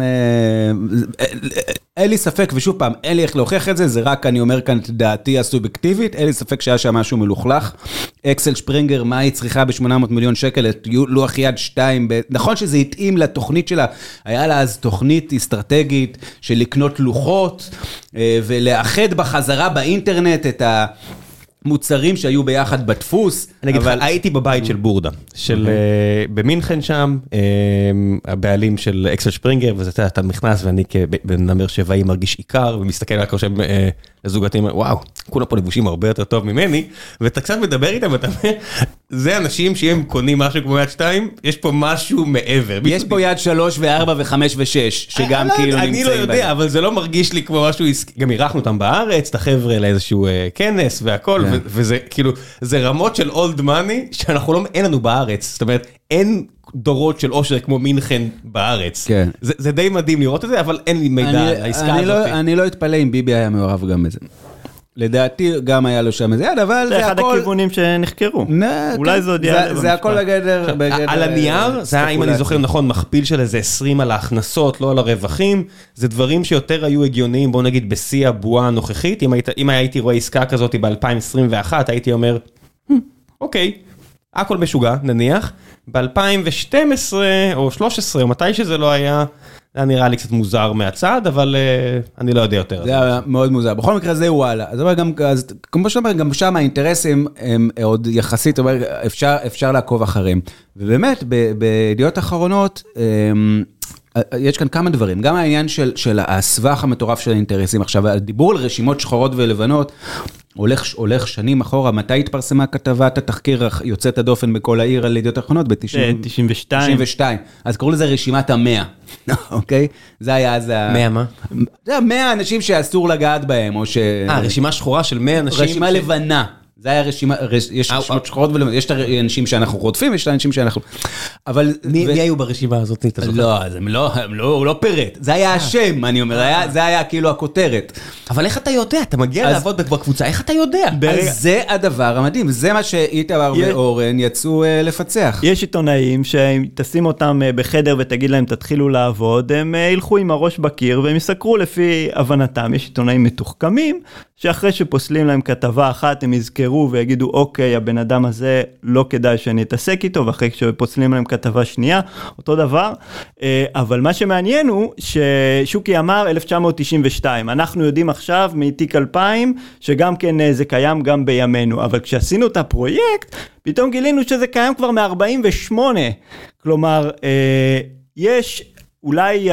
אין לי ספק, ושוב פעם, אין לי איך להוכיח את זה, זה רק אני אומר כאן את דעתי הסובייקטיבית, אין לי ספק שהיה שם משהו מלוכלך, אקסל שפרינגר, מה היא צריכה ב-שמונה מאות מיליון שקל, את לוח יד שתיים, נכון שזה התאים לתוכנית שלה, היה לה אז תוכנית אסטרטגית של לקנות לוחות, ולאחד בחזרה באינטרנט את ה... מוצרים שהיו ביחד בדפוס. אני אגיד לך, הייתי בבית של בורדה, של במינכן שם, הבעלים של אקסל שפרינגר, וזה אתה נכנס, ואני כבן נמר שבעי מרגיש עיקר, ומסתכל על כל שם לזוגתים, וואו, כולם פה לבושים הרבה יותר טוב ממני, ואתה קצת מדבר איתם, ואתה אומר, זה אנשים שהם קונים משהו כמו יד שתיים, יש פה משהו מעבר. יש פה יד שלוש וארבע וחמש ושש, שגם כאילו נמצאים בהם. אני לא יודע, אבל זה לא מרגיש לי כמו משהו, גם אירחנו אותם בארץ, את החבר'ה לאיזשהו כנס והכל, וזה כאילו, זה רמות של אולד מאני, שאנחנו לא, אין לנו בארץ, זאת אומרת, אין דורות של אושר כמו מינכן בארץ. כן. זה, זה די מדהים לראות את זה, אבל אין לי מידע על העסקה הזאת. לא, אני לא אתפלא אם ביבי היה מעורב גם בזה. לדעתי גם היה לו שם איזה יד, אבל זה הכל... זה אחד הכיוונים שנחקרו. אולי זה עוד יעלה במשפט. זה הכל בגדר... על הנייר, זה היה, אם אני זוכר נכון, מכפיל של איזה עשרים על ההכנסות, לא על הרווחים. זה דברים שיותר היו הגיוניים, בוא נגיד, בשיא הבועה הנוכחית. אם הייתי רואה עסקה כזאת ב-אלפיים עשרים ואחת, הייתי אומר, אוקיי, הכל משוגע, נניח. ב-אלפיים ושתים עשרה או שלוש עשרה, או מתי שזה לא היה... זה נראה לי קצת מוזר מהצד, אבל uh, אני לא יודע יותר. זה היה מאוד מוזר. בכל מקרה זה וואלה. אז גם, אז, כמו שאומר, גם שם האינטרסים הם עוד יחסית, אומר, אפשר, אפשר לעקוב אחריהם. ובאמת, בידיעות אחרונות, יש כאן כמה דברים. גם העניין של, של הסבך המטורף של האינטרסים. עכשיו, הדיבור על רשימות שחורות ולבנות, הולך, הולך שנים אחורה. מתי התפרסמה כתבת התחקיר יוצאת הדופן בכל העיר על ידיעות אחרונות? ב-תשעים ושתיים. תשעים ושתיים. אז קראו לזה רשימת המאה. אוקיי? זה היה אז ה... מאה מה? זה המאה אנשים שאסור לגעת בהם, או ש... אה, רשימה שחורה של מאה אנשים... רשימה לבנה. זה היה רשימה, יש רשימות שחורות ולבנות, יש את האנשים שאנחנו חוטפים, יש את האנשים שאנחנו... אבל... מי היו ברשימה הזאת? לא, הם לא פירט. זה היה השם, אני אומר, זה היה כאילו הכותרת. אבל איך אתה יודע? אתה מגיע לעבוד בקבוצה, איך אתה יודע? אז זה הדבר המדהים, זה מה שאיתמר ואורן יצאו לפצח. יש עיתונאים שאם תשים אותם בחדר ותגיד להם תתחילו לעבוד, הם ילכו עם הראש בקיר והם יסקרו לפי הבנתם. יש עיתונאים מתוחכמים, שאחרי שפוסלים להם כתבה אחת, הם יזכרו ויגידו, אוקיי, הבן אדם הזה לא כדאי שאני אתעסק איתו, ואחרי שפוסלים להם כתבה שנייה, אותו דבר. אבל מה שמעניין הוא, ששוקי אמר אלף תשע מאות תשעים ושתיים, אנחנו יודעים עכשיו מתיק אלפיים, שגם כן זה קיים גם בימינו, אבל כשעשינו את הפרויקט, פתאום גילינו שזה קיים כבר מ-ארבעים ושמונה, כלומר, יש... אולי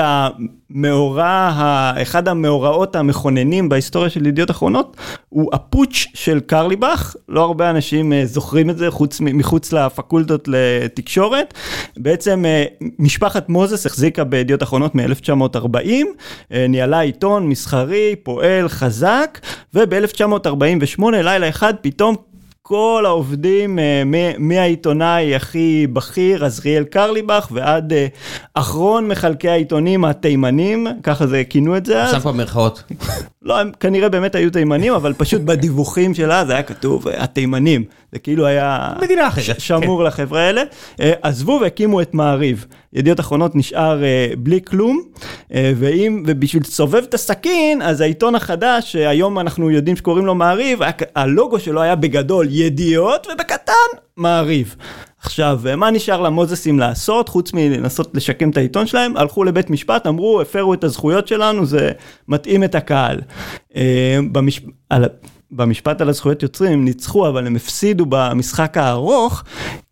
המאורע, אחד המאורעות המכוננים בהיסטוריה של ידיעות אחרונות, הוא הפוטש של קרליבך, לא הרבה אנשים זוכרים את זה, חוץ, מחוץ לפקולטות לתקשורת, בעצם משפחת מוזס החזיקה בידיעות אחרונות מ-אלף תשע מאות ארבעים, ניהלה עיתון מסחרי, פועל, חזק, וב-אלף תשע מאות ארבעים ושמונה, לילה אחד, פתאום כל העובדים מהעיתונאי הכי בכיר, עזריאל קרליבך, ועד אחרון מחלקי העיתונים התימנים, ככה זה כינו את זה. שם פה מרכאות. לא, הם כנראה באמת היו תימנים, אבל פשוט בדיווחים שלה זה היה כתוב, התימנים. זה כאילו היה שמור לחברה האלה. עזבו והקימו את מעריב. ידיעות אחרונות נשאר בלי כלום, ואם, ובשביל לסובב את הסכין, אז העיתון החדש, שהיום אנחנו יודעים שקוראים לו מעריב, הלוגו שלו היה בגדול ידיעות, ובקטן מעריב. עכשיו, מה נשאר למוזסים לעשות, חוץ מלנסות לשקם את העיתון שלהם? הלכו לבית משפט, אמרו, הפרו את הזכויות שלנו, זה מתאים את הקהל. במש... על... במשפט על הזכויות יוצרים הם ניצחו, אבל הם הפסידו במשחק הארוך,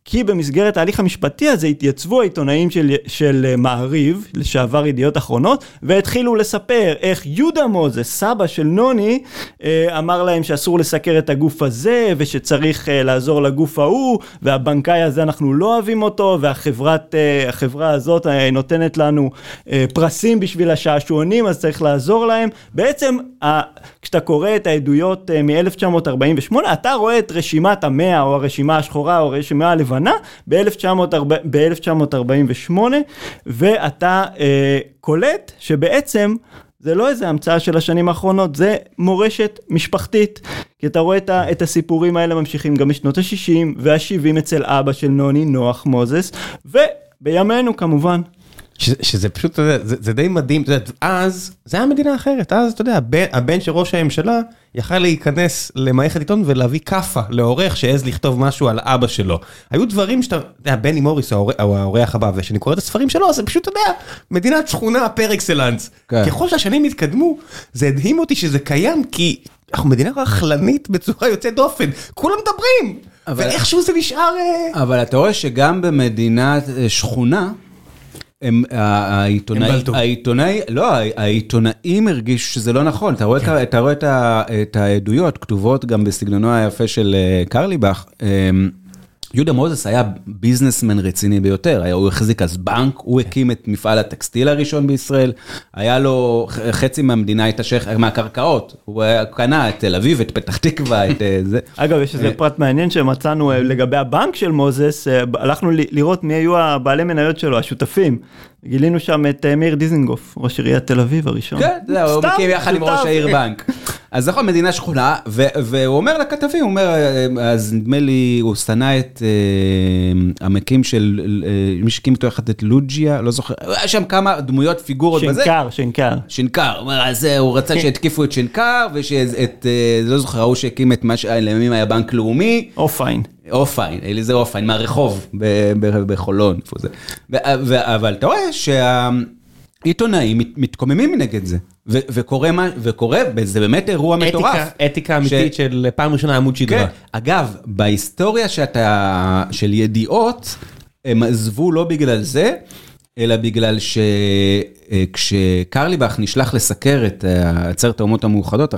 כי במסגרת ההליך המשפטי הזה התייצבו העיתונאים של, של מעריב, לשעבר ידיעות אחרונות, והתחילו לספר איך יהודה מוזס, סבא של נוני, אמר להם שאסור לסקר את הגוף הזה, ושצריך לעזור לגוף ההוא, והבנקאי הזה אנחנו לא אוהבים אותו, והחברת, החברה הזאת נותנת לנו פרסים בשביל השעשועונים, אז צריך לעזור להם. בעצם, כשאתה קורא את העדויות מ-אלף תשע מאות ארבעים ושמונה, אתה רואה את רשימת המאה, או הרשימה השחורה, או הרשימה הלבנה, ב-אלף תשע מאות ארבעים ושמונה, ואתה אה, קולט שבעצם זה לא איזה המצאה של השנים האחרונות, זה מורשת משפחתית, כי אתה רואה את, ה, את הסיפורים האלה ממשיכים גם בשנות ה-שישים וה-שבעים אצל אבא של נוני, נוח מוזס, ובימינו כמובן. שזה, שזה פשוט, זה, זה די מדהים, זה, אז זה היה מדינה אחרת, אז אתה יודע, הבן, הבן של ראש הממשלה יכל להיכנס למערכת עיתון ולהביא קפה לעורך שעז לכתוב משהו על אבא שלו. היו דברים שאתה, אתה יודע, בני מוריס, העורך הבא, ושאני קורא את הספרים שלו, זה פשוט, אתה יודע, מדינת שכונה פר אקסלנס. כן. ככל שהשנים התקדמו, זה הדהים אותי שזה קיים, כי אנחנו מדינה רכלנית בצורה יוצאת דופן, כולם מדברים, אבל... ואיכשהו זה נשאר... אבל אתה רואה שגם במדינת שכונה, הם, העיתונאי, העיתונאי, לא, העיתונאים הרגישו שזה לא נכון, אתה רואה, אתה רואה את, ה, את העדויות כתובות גם בסגנונו היפה של קרליבך, יהודה מוזס היה ביזנסמן רציני ביותר, הוא החזיק אז בנק, הוא הקים את מפעל הטקסטיל הראשון בישראל, היה לו חצי מהמדינה הייתה שייך מהקרקעות, הוא קנה את תל אביב, את פתח תקווה, את זה. אגב, יש איזה פרט מעניין שמצאנו לגבי הבנק של מוזס, הלכנו לראות מי היו הבעלי מניות שלו, השותפים, גילינו שם את מאיר דיזנגוף, ראש עיריית תל אביב הראשון. כן, הוא מקים יחד עם ראש העיר בנק. אז נכון, מדינה שכונה, והוא אומר לכתבים, הוא אומר, אז נדמה לי, הוא סנה את המקים של, מי שקים אותו אחד את לוג'יה, לא זוכר, היה שם כמה דמויות פיגורות בזה. שינקר, שינקר. שינקר, הוא אומר, אז הוא רצה שהתקיפו את שינקר, ושאת, לא זוכר, הוא שהקים את מה שלימים היה בנק לאומי. אופיין. אופיין, אליזה אופיין, מהרחוב בחולון. אבל אתה רואה שהעיתונאים מתקוממים נגד זה. וקורה, וקורה, וזה באמת אירוע מטורף. אתיקה אמיתית של פעם ראשונה עמוד שדרה. אגב, בהיסטוריה שאתה, של ידיעות, הם עזבו לא בגלל זה, אלא בגלל שכשקרליבך נשלח לסקר את עצרת האומות המאוחדות,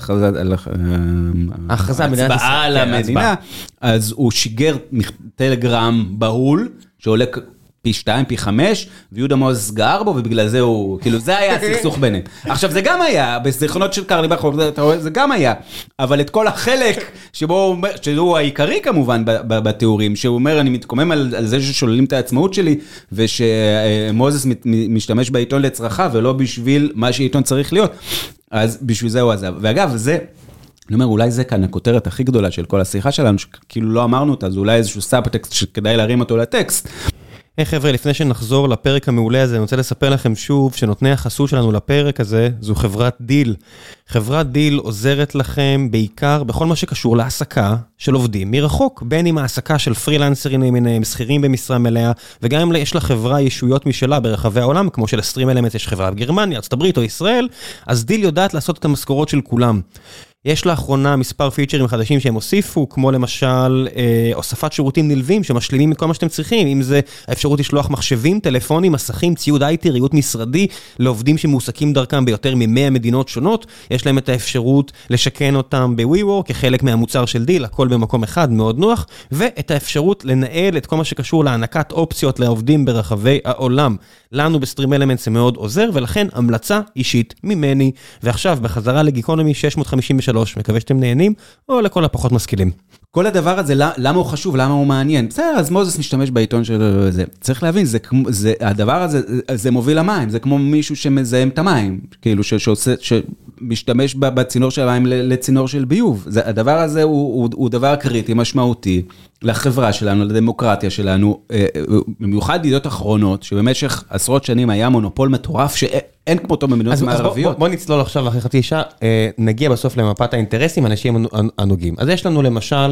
ההצבעה על המדינה, אז הוא שיגר טלגרם בהול, שעולה פי שתיים, פי חמש, ויהודה מוזס גר בו, ובגלל זה הוא, כאילו, זה היה הסכסוך ביניהם. עכשיו, זה גם היה, בזיכרונות של קרליבך, זה גם היה, אבל את כל החלק, שבו הוא אומר, שהוא העיקרי כמובן, בתיאורים, שהוא אומר, אני מתקומם על זה ששוללים את העצמאות שלי, ושמוזס משתמש בעיתון לצרכה, ולא בשביל מה שעיתון צריך להיות, אז בשביל זה הוא עזב. ואגב, זה, אני אומר, אולי זה כאן הכותרת הכי גדולה של כל השיחה שלנו, שכאילו לא אמרנו אותה, זה אולי איזשהו סאבטקסט שכדאי להרים אותו לטקסט. היי חבר'ה, לפני שנחזור לפרק המעולה הזה, אני רוצה לספר לכם שוב שנותני החסות שלנו לפרק הזה, זו חברת דיל. חברת דיל עוזרת לכם בעיקר בכל מה שקשור להעסקה של עובדים מרחוק, בין אם העסקה של פרילנסרים למיניהם, שכירים במשרה מלאה, וגם אם יש לחברה ישויות משלה ברחבי העולם, כמו של סטרים אלמנט, יש חברה בגרמניה, ארצות הברית או ישראל, אז דיל יודעת לעשות את המשכורות של כולם. יש לאחרונה מספר פיצ'רים חדשים שהם הוסיפו, כמו למשל אה, הוספת שירותים נלווים שמשלימים את כל מה שאתם צריכים, אם זה האפשרות לשלוח מחשבים, טלפונים, מסכים, ציוד איי טי, ריהוט משרדי, לעובדים שמועסקים דרכם ביותר מ-מאה מדינות שונות, יש להם את האפשרות לשכן אותם ב-WeWork כחלק מהמוצר של דיל, הכל במקום אחד, מאוד נוח, ואת האפשרות לנהל את כל מה שקשור להענקת אופציות לעובדים ברחבי העולם. לנו בסטרים אלמנט זה מאוד עוזר, ולכן המלצה אישית ממני, ועכשיו בחזרה לגיקונומי שש מאות חמישים ושלוש, מקווה שאתם נהנים, או לכל הפחות משכילים. כל הדבר הזה, למה הוא חשוב, למה הוא מעניין? בסדר, אז מוזס משתמש בעיתון שלו, זה. צריך להבין, זה, זה, הדבר הזה, זה מוביל למים, זה כמו מישהו שמזהם את המים, כאילו שעושה, שמשתמש בצינור של המים לצינור של ביוב. זה, הדבר הזה הוא, הוא, הוא דבר קריטי, משמעותי, לחברה שלנו, לדמוקרטיה שלנו, במיוחד ידיעות אחרונות, שבמשך עשרות שנים היה מונופול מטורף, שאין כמותו במדינות מערביות. בוא, בוא נצלול עכשיו אחרי חצי שעה, נגיע בסוף למפת האינטרסים, אנשים הנוגעים. אז יש לנו למשל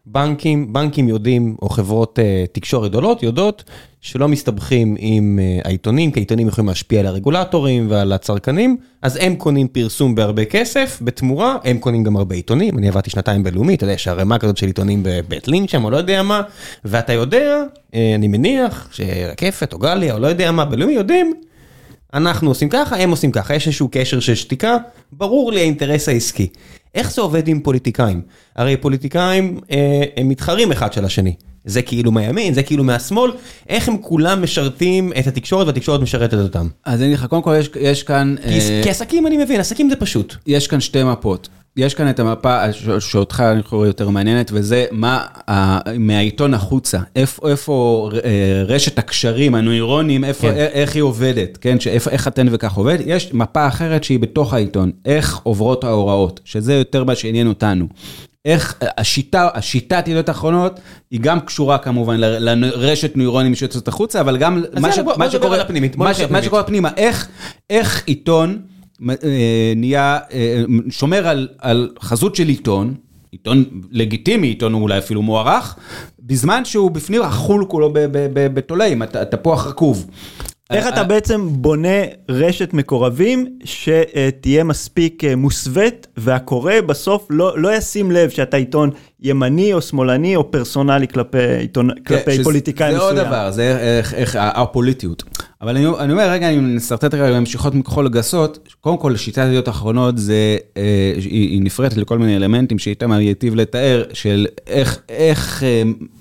בנקים, בנקים יודעים, או חברות uh, תקשורת גדולות, יודעות שלא מסתבכים עם uh, העיתונים, כי העיתונים יכולים להשפיע על הרגולטורים ועל הצרכנים, אז הם קונים פרסום בהרבה כסף, בתמורה, הם קונים גם הרבה עיתונים, אני עבדתי שנתיים בלאומי, אתה יודע, שהרמה כזאת של עיתונים בבית לינצ'ם, או לא יודע מה, ואתה יודע, uh, אני מניח, שרקפת או גליה, או לא יודע מה, בלאומי יודעים, אנחנו עושים ככה, הם עושים ככה, יש איזשהו קשר של שתיקה, ברור לי האינטרס העסקי. איך זה עובד עם פוליטיקאים? הרי פוליטיקאים אה, הם מתחרים אחד של השני. זה כאילו מהימין, זה כאילו מהשמאל. איך הם כולם משרתים את התקשורת והתקשורת משרתת אותם? אז אני לך, קודם כל יש, יש כאן... כי, אה, כי עסקים אני מבין, עסקים זה פשוט. יש כאן שתי מפות. יש כאן את המפה שאותך אני חושב יותר מעניינת, וזה מה מהעיתון החוצה, איפה, איפה רשת הקשרים הנוירונים, איפה, כן. איך היא עובדת, כן? שאיפה, איך אתן וכך עובד. יש מפה אחרת שהיא בתוך העיתון, איך עוברות ההוראות, שזה יותר מה שעניין אותנו. איך השיטה, השיטת ידיעות אחרונות, היא גם קשורה כמובן לרשת נוירונים שיוצאות החוצה, אבל גם מה, ש, מה שקורה, מה, ש, מה שקורה פנימה, איך, איך עיתון, נהיה, שומר על, על חזות של עיתון, עיתון לגיטימי, עיתון אולי אפילו מוערך, בזמן שהוא בפנים החול כולו בתולעים, התפוח רקוב. איך אתה בעצם בונה רשת מקורבים שתהיה מספיק מוסווית, והקורא בסוף לא, לא ישים לב שאתה עיתון ימני או שמאלני או פרסונלי כלפי, עיתון, כלפי פוליטיקאים מסוים. זה עוד דבר, זה איך, איך הפוליטיות. אבל אני, אני אומר, רגע, אני נסרטט רגע במשיכות מכחול לגסות, קודם כל, שיטת ידיעות אחרונות, זה, אה, היא, היא נפרטת לכל מיני אלמנטים שאיתם היטיב לתאר, של איך, איך, אה,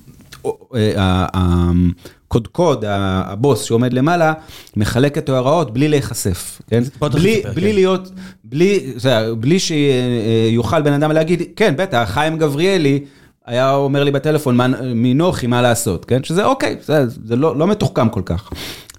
אה, אה, קודקוד, הבוס שעומד למעלה, מחלק את ההוראות בלי להיחשף, כן? בלי, בלי להיות, בלי, בלי שיוכל בן אדם להגיד, כן, בטח, חיים גבריאלי, היה אומר לי בטלפון, מנוחי, מה לעשות, כן? שזה אוקיי, זה, זה לא, לא מתוחכם כל כך.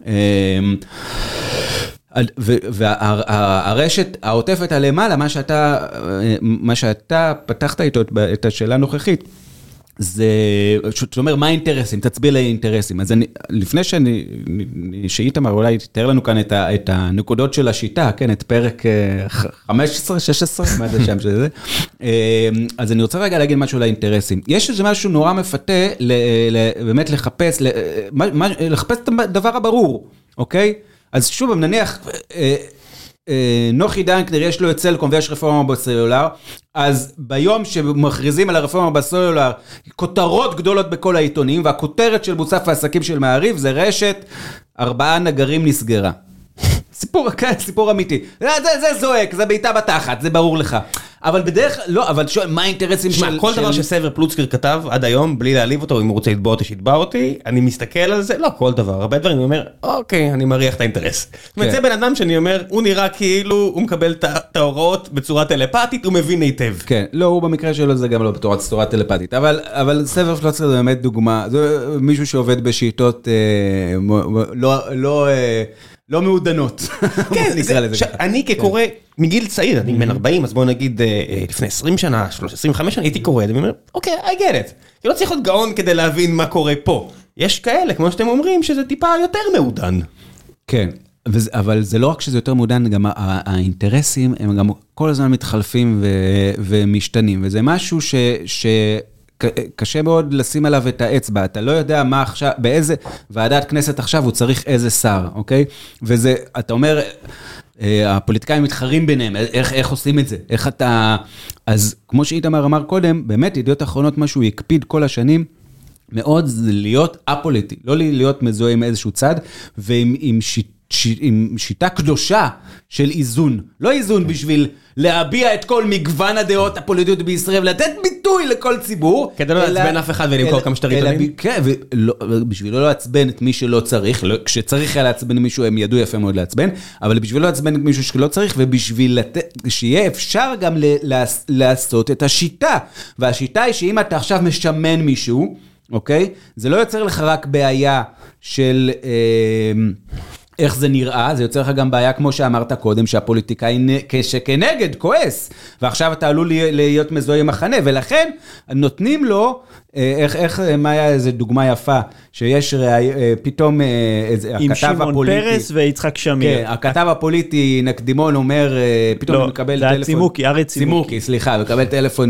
והרשת העוטפת הלמעלה, מה שאתה, מה שאתה פתחת איתו את השאלה הנוכחית, זה, זאת אומרת, מה האינטרסים? תצביע לאינטרסים. אז אני, לפני שאני, שאיתמר אולי תתאר לנו כאן את, ה, את הנקודות של השיטה, כן, את פרק חמש עשרה, שש עשרה, מה זה שם של זה? אז אני רוצה רגע להגיד משהו לאינטרסים. יש איזה משהו נורא מפתה, ל, ל, באמת לחפש, ל, מה, לחפש את הדבר הברור, אוקיי? אז שוב, נניח, נוחי דנקנר יש לו את סלקום ויש רפורמה בסלולר, אז ביום שמכריזים על הרפורמה בסלולר, כותרות גדולות בכל העיתונים, והכותרת של מוסף העסקים של מעריב זה רשת, ארבעה נגרים נסגרה. סיפור, סיפור אמיתי. זה, זה זועק, זה בעיטה בתחת, זה ברור לך. אבל בדרך, לא, אבל שואל, מה האינטרסים של... כל דבר שסבר פלוצקר כתב עד היום, בלי להעליב אותו, אם הוא רוצה לתבוע אותי, שיתבע אותי, אני מסתכל על זה, לא כל דבר, הרבה דברים, אני אומר, אוקיי, אני מריח את האינטרס. זאת אומרת, זה בן אדם שאני אומר, הוא נראה כאילו, הוא מקבל את ההוראות בצורה טלפתית, הוא מבין היטב. כן, לא, הוא במקרה שלו זה גם לא בצורה טלפתית, אבל, אבל סבר פלוצקר זה באמת דוגמה, זה מישהו שעובד בשיטות, לא, לא, לא מעודנות. כן, אני כקורא מגיל צעיר, אני בן ארבעים, אז בואו נגיד לפני עשרים שנה, עשרים וחמש שנה, הייתי קורא, ואני אומר, אוקיי, I get it. כי לא צריך להיות גאון כדי להבין מה קורה פה. יש כאלה, כמו שאתם אומרים, שזה טיפה יותר מעודן. כן, אבל זה לא רק שזה יותר מעודן, גם האינטרסים הם גם כל הזמן מתחלפים ומשתנים, וזה משהו ש... קשה מאוד לשים עליו את האצבע, אתה לא יודע מה עכשיו, באיזה ועדת כנסת עכשיו הוא צריך איזה שר, אוקיי? וזה, אתה אומר, הפוליטיקאים מתחרים ביניהם, איך, איך עושים את זה? איך אתה... אז כמו שאיתמר אמר קודם, באמת ידיעות אחרונות משהו יקפיד כל השנים, מאוד זה להיות אפוליטי, לא להיות מזוהה עם איזשהו צד, ועם עם שיט, עם שיטה קדושה של איזון, לא איזון בשביל להביע את כל מגוון הדעות הפוליטיות בישראל, לתת ביטוי לכל ציבור. כדי לא להצבן אף אחד ולמכור כמה שטר עיתונים. כן, בשביל לא להצבן את מי שלא צריך, כשצריך היה להצבן מישהו, הם ידעו יפה מאוד להצבן, אבל בשביל לא להצבן את מישהו שלא צריך, ובשביל שיהיה אפשר גם לעשות את השיטה, והשיטה היא שאם אתה עכשיו משמן מישהו, אוקיי? זה לא יוצר לך רק בעיה של... איך זה נראה, זה יוצר לך גם בעיה כמו שאמרת קודם, שהפוליטיקאי שכנגד כועס, ועכשיו אתה עלול להיות מזוהה עם מחנה, ולכן נותנים לו, איך, איך, מה היה איזו דוגמה יפה, שיש פתאום הכתב הפוליטי. עם שמעון פרס ויצחק שמיר. כן, הכתב הפוליטי נקדימון אומר, פתאום הוא מקבל טלפון. לא, זה צימוקי, ארי צימוקי. צימוקי, סליחה, הוא מקבל טלפון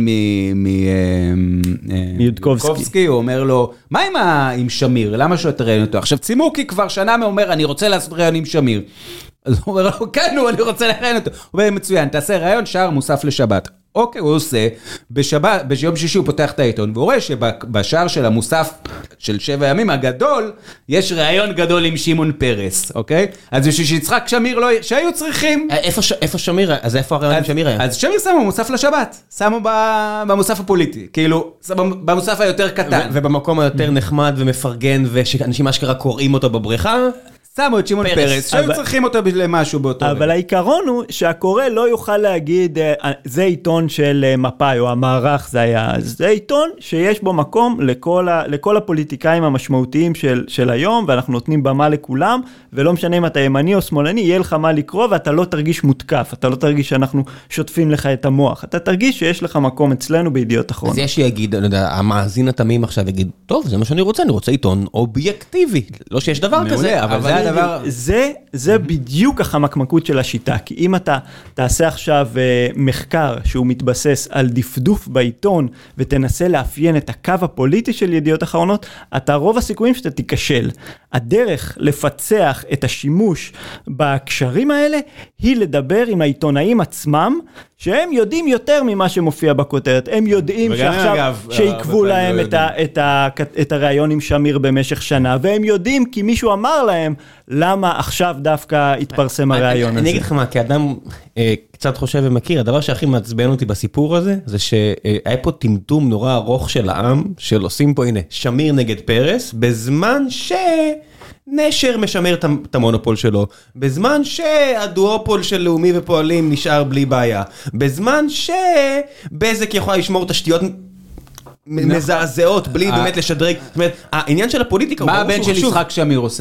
מיודקובסקי, הוא אומר לו, מה עם שמיר? למה שהוא תראיין אותו? עכשיו צימוקי כבר שנה אומר, אני רוצה לעשות ראיון עם שמיר. אז הוא אומר לו, כן, אני רוצה לראיין אותו. הוא אומר, מצוין, תעשה ראיון שער מוסף לשבת. אוקיי, הוא עושה, בשבת, ביום שישי הוא פותח את העיתון, והוא רואה שבשער של המוסף של שבע ימים הגדול, יש ראיון גדול עם שמעון פרס, אוקיי? אז בשביל שיצחק שמיר לא, שהיו צריכים... איפה, איפה שמיר? אז איפה הראיון עם שמיר היה? אז שמיר שמו מוסף לשבת, שמו במוסף הפוליטי, כאילו, במוסף היותר קטן. ובמקום היותר נחמד ומפרגן, ושאנשים אשכרה קוראים אותו בבריכה, שמו את שמעון פרס, שהיו צריכים אותו למשהו באותו רגע. אבל העיקרון הוא שהקורא לא יוכל להגיד, זה עיתון של מפאי, או המערך זה היה, זה עיתון שיש בו מקום לכל, ה, לכל הפוליטיקאים המשמעותיים של, של היום, ואנחנו נותנים במה לכולם, ולא משנה אם אתה ימני או שמאלני, יהיה לך מה לקרוא, ואתה לא תרגיש מותקף, אתה לא תרגיש שאנחנו שוטפים לך את המוח, אתה תרגיש שיש לך מקום אצלנו בידיעות אחרונות. אז יש שיגיד, אני יודע, המאזין התמים עכשיו יגיד, טוב, זה מה שאני רוצה, אני רוצה עיתון אובייקטיבי, לא שיש דבר כזה, אבל זה הדבר... זה, זה בדיוק החמקמקות של השיטה, כי אם אתה תעשה עכשיו מחקר שהוא מתבסס על דפדוף בעיתון, ותנסה לאפיין את הקו הפוליטי של ידיעות אחרונות, אתה רוב הסיכויים שאתה תיכשל. הדרך לפצח את השימוש בקשרים האלה, היא לדבר עם העיתונאים עצמם, שהם יודעים יותר ממה שמופיע בכותרת. הם יודעים שעכשיו שיקבו להם את, ה, את, ה, את הרעיון עם שמיר במשך שנה, והם יודעים כי מישהו אמר להם למה עכשיו דווקא התפרסם הרעיון הזה. אני אגיד לך מה, כי אדם קצת חושב ומכיר, הדבר שהכי מעצבן אותי בסיפור הזה, זה שהיה פה טמטום נורא ארוך של העם, של עושים פה, הנה, שמיר נגד פרס, בזמן ש... נשר משמר את המונופול שלו, בזמן שהדואופול של לאומי ופועלים נשאר בלי בעיה, בזמן שבזק יכולה לשמור תשתיות מזעזעות בלי באמת לשדרג, זאת אומרת, העניין של הפוליטיקה מה הבן של יצחק שמיר עושה?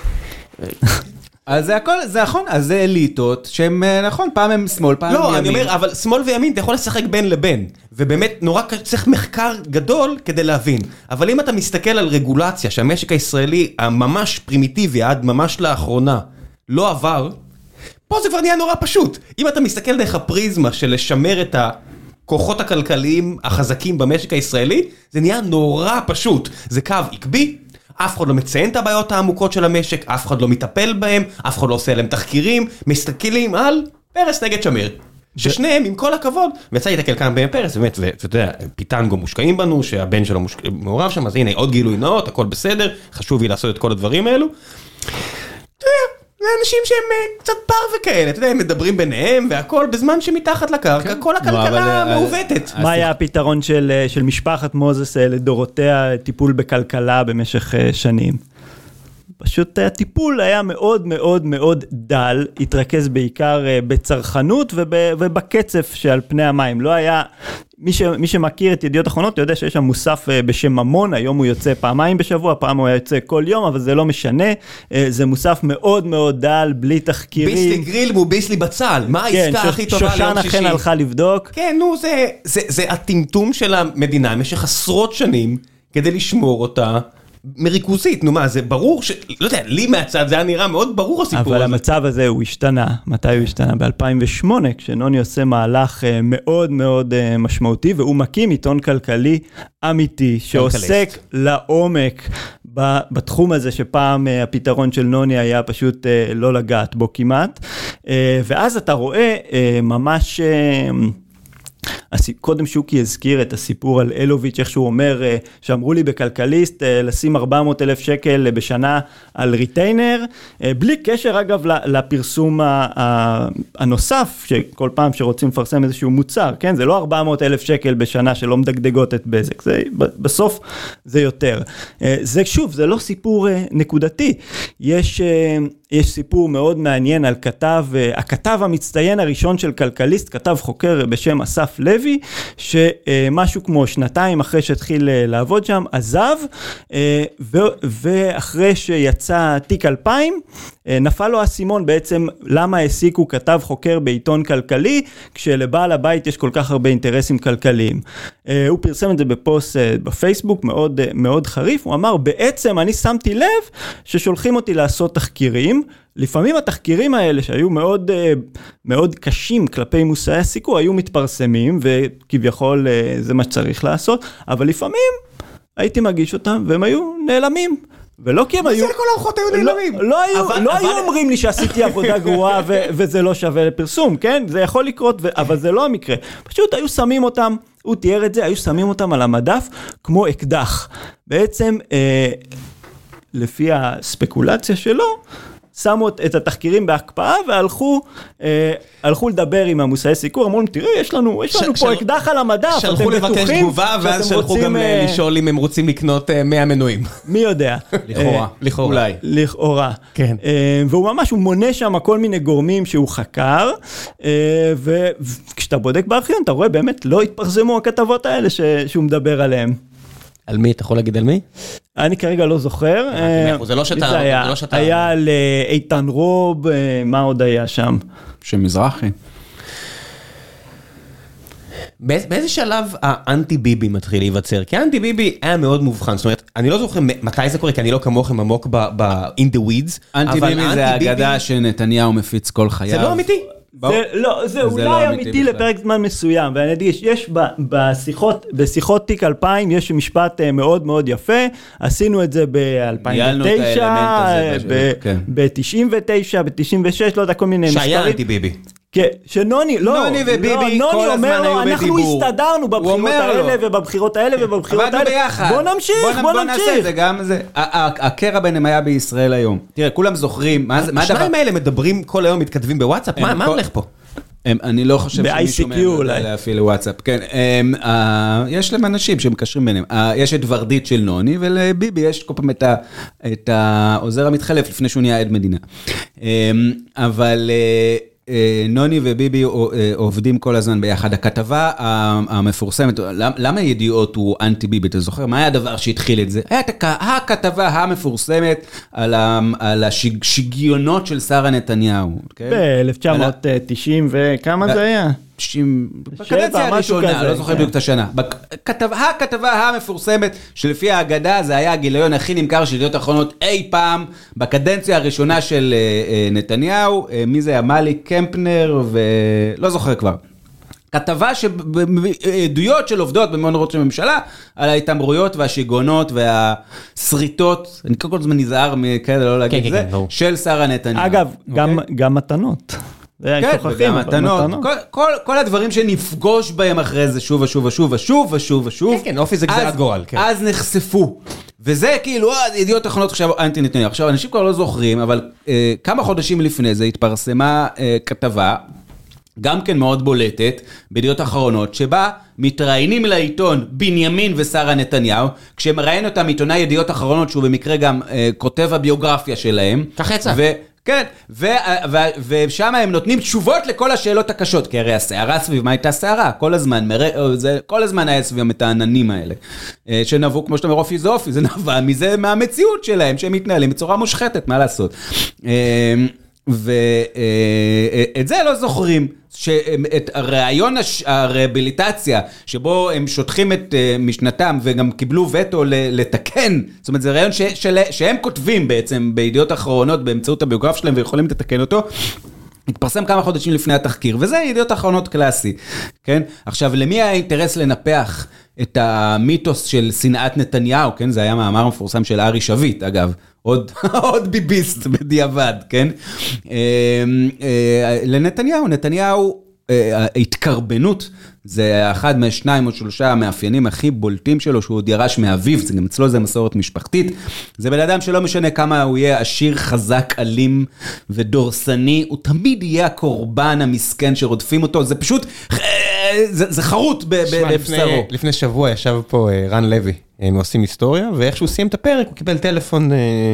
אז זה הכל, זה נכון, אז זה אליטות שהם, נכון, פעם הם שמאל, פעם הם ימין. לא, אני אומר, אבל שמאל וימין, אתה יכול לשחק בין לבין, ובאמת נורא צריך מחקר גדול כדי להבין. אבל אם אתה מסתכל על רגולציה שהמשק הישראלי הממש פרימיטיבי, עד ממש לאחרונה, לא עבר, פה זה כבר נהיה נורא פשוט. אם אתה מסתכל דרך הפריזמה של לשמר את הכוחות הכלכליים החזקים במשק הישראלי, זה נהיה נורא פשוט. זה קו עקבי, אף אחד לא מציין את הבעיות העמוקות של המשק, אף אחד לא מטפל בהם, אף אחד לא עושה להם תחקירים, מסתכלים על פרס נגד שמיר. ששניהם, עם כל הכבוד, ויצא להתקל כאן בין פרס, באמת, ואתה יודע, פיטנגו מושקעים בנו, שהבן שלו מעורב שם, אז הנה, עוד גילוי נאות, הכל בסדר, חשוב לי לעשות את כל הדברים האלו. אתה יודע, זה אנשים שהם קצת פר וכאלה, אתה יודע, הם מדברים ביניהם, והכל בזמן שמתחת לקרקע, כל הכלכלה מעוותת. מה היה הפתרון של משפחת מוזס לדורותיה, טיפול בכלכלה במשך שנים? פשוט הטיפול היה מאוד מאוד מאוד דל, התרכז בעיקר בצרכנות ובקצף שעל פני המים. לא היה, מי, ש, מי שמכיר את ידיעות אחרונות, יודע שיש שם מוסף בשם ממון, היום הוא יוצא פעמיים בשבוע, פעם הוא יוצא כל יום, אבל זה לא משנה, זה מוסף מאוד מאוד דל, בלי תחקירים. ביסלי גריל הוא ביסלי בצל, מה העסקה כן, הכי טובה ליום שישי? שושן אכן הלכה לבדוק. כן, נו, זה, זה, זה הטמטום של המדינה במשך עשרות שנים, כדי לשמור אותה, מריכוזית, נו מה, זה ברור ש... לא יודע, לי מהצד זה היה נראה מאוד ברור הסיפור אבל הזה. אבל המצב הזה הוא השתנה. מתי הוא השתנה? ב-אלפיים ושמונה, כשנוני עושה מהלך מאוד מאוד משמעותי, והוא מקים עיתון כלכלי אמיתי, שעוסק לעומק בתחום הזה, שפעם הפתרון של נוני היה פשוט לא לגעת בו כמעט. ואז אתה רואה ממש... קודם שוקי הזכיר את הסיפור על אלוביץ', איך שהוא אומר, שאמרו לי בכלכליסט, לשים ארבע מאות אלף שקל בשנה על ריטיינר, בלי קשר אגב לפרסום הנוסף, שכל פעם שרוצים לפרסם איזשהו מוצר, כן? זה לא ארבע מאות אלף שקל בשנה שלא מדגדגות את בזק, זה, בסוף זה יותר. זה שוב, זה לא סיפור נקודתי, יש... יש סיפור מאוד מעניין על כתב, הכתב המצטיין הראשון של כלכליסט, כתב חוקר בשם אסף לוי, לוי, שמשהו כמו שנתיים אחרי שהתחיל לעבוד שם, עזב, ואחרי שיצא תיק אלפיים, נפל לו הסימון בעצם למה העסיקו כתב חוקר בעיתון כלכלי, כשלבעל הבית יש כל כך הרבה אינטרסים כלכליים. הוא פרסם את זה בפוסט בפייסבוק, מאוד, מאוד חריף, הוא אמר, בעצם אני שמתי לב ששולחים אותי לעשות תחקירים, לפעמים התחקירים האלה שהיו מאוד, מאוד קשים כלפי מושאי הסיכוי, היו מתפרסמים, וכביכול זה מה שצריך לעשות, אבל לפעמים הייתי מגיש אותם, והם היו נעלמים. ולא כי הם היו... זה לכל האורחות היו נעלמים. לא היו אומרים לי שעשיתי עבודה גרועה, וזה לא שווה לפרסום, כן? זה יכול לקרות, אבל זה לא המקרה. פשוט היו שמים אותם, הוא תיאר את זה, היו שמים אותם על המדף, כמו אקדח. בעצם, לפי הספקולציה שלו, שמו את התחקירים בהקפאה, והלכו הלכו לדבר עם המושאי סיקור, אמרו, תראי, יש לנו פה אקדח על המדף, שלחו לבקש תגובה, ואז שלחו גם לשאול אם הם רוצים לקנות מאה מנויים. מי יודע? לכאורה. לכאורה. אולי. לכאורה. כן. והוא ממש, הוא מונה שם כל מיני גורמים שהוא חקר, וכשאתה בודק בארכיון, אתה רואה באמת, לא התפרסמו הכתבות האלה שהוא מדבר עליהם. על מי? אתה יכול להגיד על מי? אני כרגע לא זוכר. זה לא שאתה... היה לאיתן רוב, מה עוד היה שם? שמזרחי. באיזה שלב האנטי ביבי מתחיל להיווצר? כי האנטי ביבי היה מאוד מובחן, זאת אומרת, אני לא זוכר מתי זה קורה, כי אני לא כמוכם עמוק ב-in the weeds. אנטי ביבי זה האגדה שנתניהו מפיץ כל חייו. זה לא אמיתי. לא, זה אולי אמיתי לפרק זמן מסוים, ואני אדגיש, יש בשיחות, בשיחות תיק אלפיים, יש משפט מאוד מאוד יפה, עשינו את זה ב-אלפיים ותשע, ב-תשעים ותשע, ב-תשעים ושש, לא יודע, כל מיני משפרים. שהיה אנטי ביבי. כן, שנוני, לא, נוני וביבי כל הזמן היו בדיבור. אנחנו הסתדרנו בבחירות האלה ובבחירות האלה ובבחירות האלה. בוא נמשיך, בוא נמשיך. זה גם זה. הקרע ביניהם היה בישראל היום. תראה, כולם זוכרים, מה הדבר? השניים האלה מדברים כל היום, מתכתבים בוואטסאפ, מה הולך פה? אני לא חושב שמישהו מהם יודע להפעיל לוואטסאפ. כן, יש להם אנשים שמקשרים ביניהם. יש את ורדית של נוני, ולביבי יש כל פעם את העוזר המתחלף לפני שהוא נהיה עד מדינה. אבל... נוני וביבי עובדים כל הזמן ביחד. הכתבה המפורסמת, למה ידיעות הוא אנטי ביבי, אתה זוכר? מה היה הדבר שהתחיל את זה? הייתה הכתבה המפורסמת על השגיונות של שרה נתניהו. ב-אלף תשע מאות תשעים וכמה זה היה? בקדנציה הראשונה, לא זוכר בדיוק את השנה. הכתבה המפורסמת שלפי האגדה זה היה הגיליון הכי נמכר של ידיעות אחרונות אי פעם בקדנציה הראשונה של נתניהו. מי זה היה? מאלי קמפנר ולא זוכר כבר. כתבה שעדויות של עובדות במעון ראש הממשלה על ההתאמרויות והשיגעונות והשריטות, אני כל הזמן נזהר מכאלה לא להגיד את זה, של שרה נתניהו. אגב, גם מתנות. כן, וגם מתנות, כל הדברים שנפגוש בהם אחרי זה שוב ושוב ושוב ושוב ושוב ושוב. כן, כן, אופי זה גזירת גורל. אז נחשפו. וזה כאילו, ידיעות אחרונות עכשיו אנטי נתניהו. עכשיו, אנשים כבר לא זוכרים, אבל כמה חודשים לפני זה התפרסמה כתבה, גם כן מאוד בולטת, בידיעות אחרונות, שבה מתראיינים לעיתון בנימין ושרה נתניהו, כשמראיין אותם עיתונאי ידיעות אחרונות, שהוא במקרה גם כותב הביוגרפיה שלהם. ככה יצא. כן, ושם הם נותנים תשובות לכל השאלות הקשות, כי הרי הסערה סביב, מה הייתה סערה? כל הזמן, כל הזמן היה סביב את העננים האלה, שנבעו, כמו שאתה אומר, אופי זה אופי, זה נבע מזה מהמציאות שלהם, שהם מתנהלים בצורה מושחתת, מה לעשות? ואת זה לא זוכרים, שאת הרעיון הרהביליטציה, שבו הם שוטחים את משנתם, וגם קיבלו וטו לתקן, זאת אומרת, זה רעיון שהם כותבים בעצם, בידיעות אחרונות, באמצעות הביוגרף שלהם, ויכולים לתקן אותו, התפרסם כמה חודשים לפני התחקיר, וזה ידיעות אחרונות קלאסי, כן? עכשיו, למי היה אינטרס לנפח את המיתוס של שנאת נתניהו, כן? זה היה מאמר מפורסם של ארי שביט, אגב, עוד, עוד ביביסט בדיעבד, כן? לנתניהו, נתניהו, ההתקרבנות, זה אחד מהשניים או שלושה המאפיינים הכי בולטים שלו, שהוא עוד ירש מאביו, זה גם אצלו זה מסורת משפחתית, זה בן אדם שלא משנה כמה הוא יהיה עשיר, חזק, אלים ודורסני, הוא תמיד יהיה הקורבן המסכן שרודפים אותו, זה פשוט, זה, זה חרוט בבשרו. לפני שבוע ישב פה רן לוי, הם עושים היסטוריה, ואיכשהו סיים את הפרק, הוא קיבל טלפון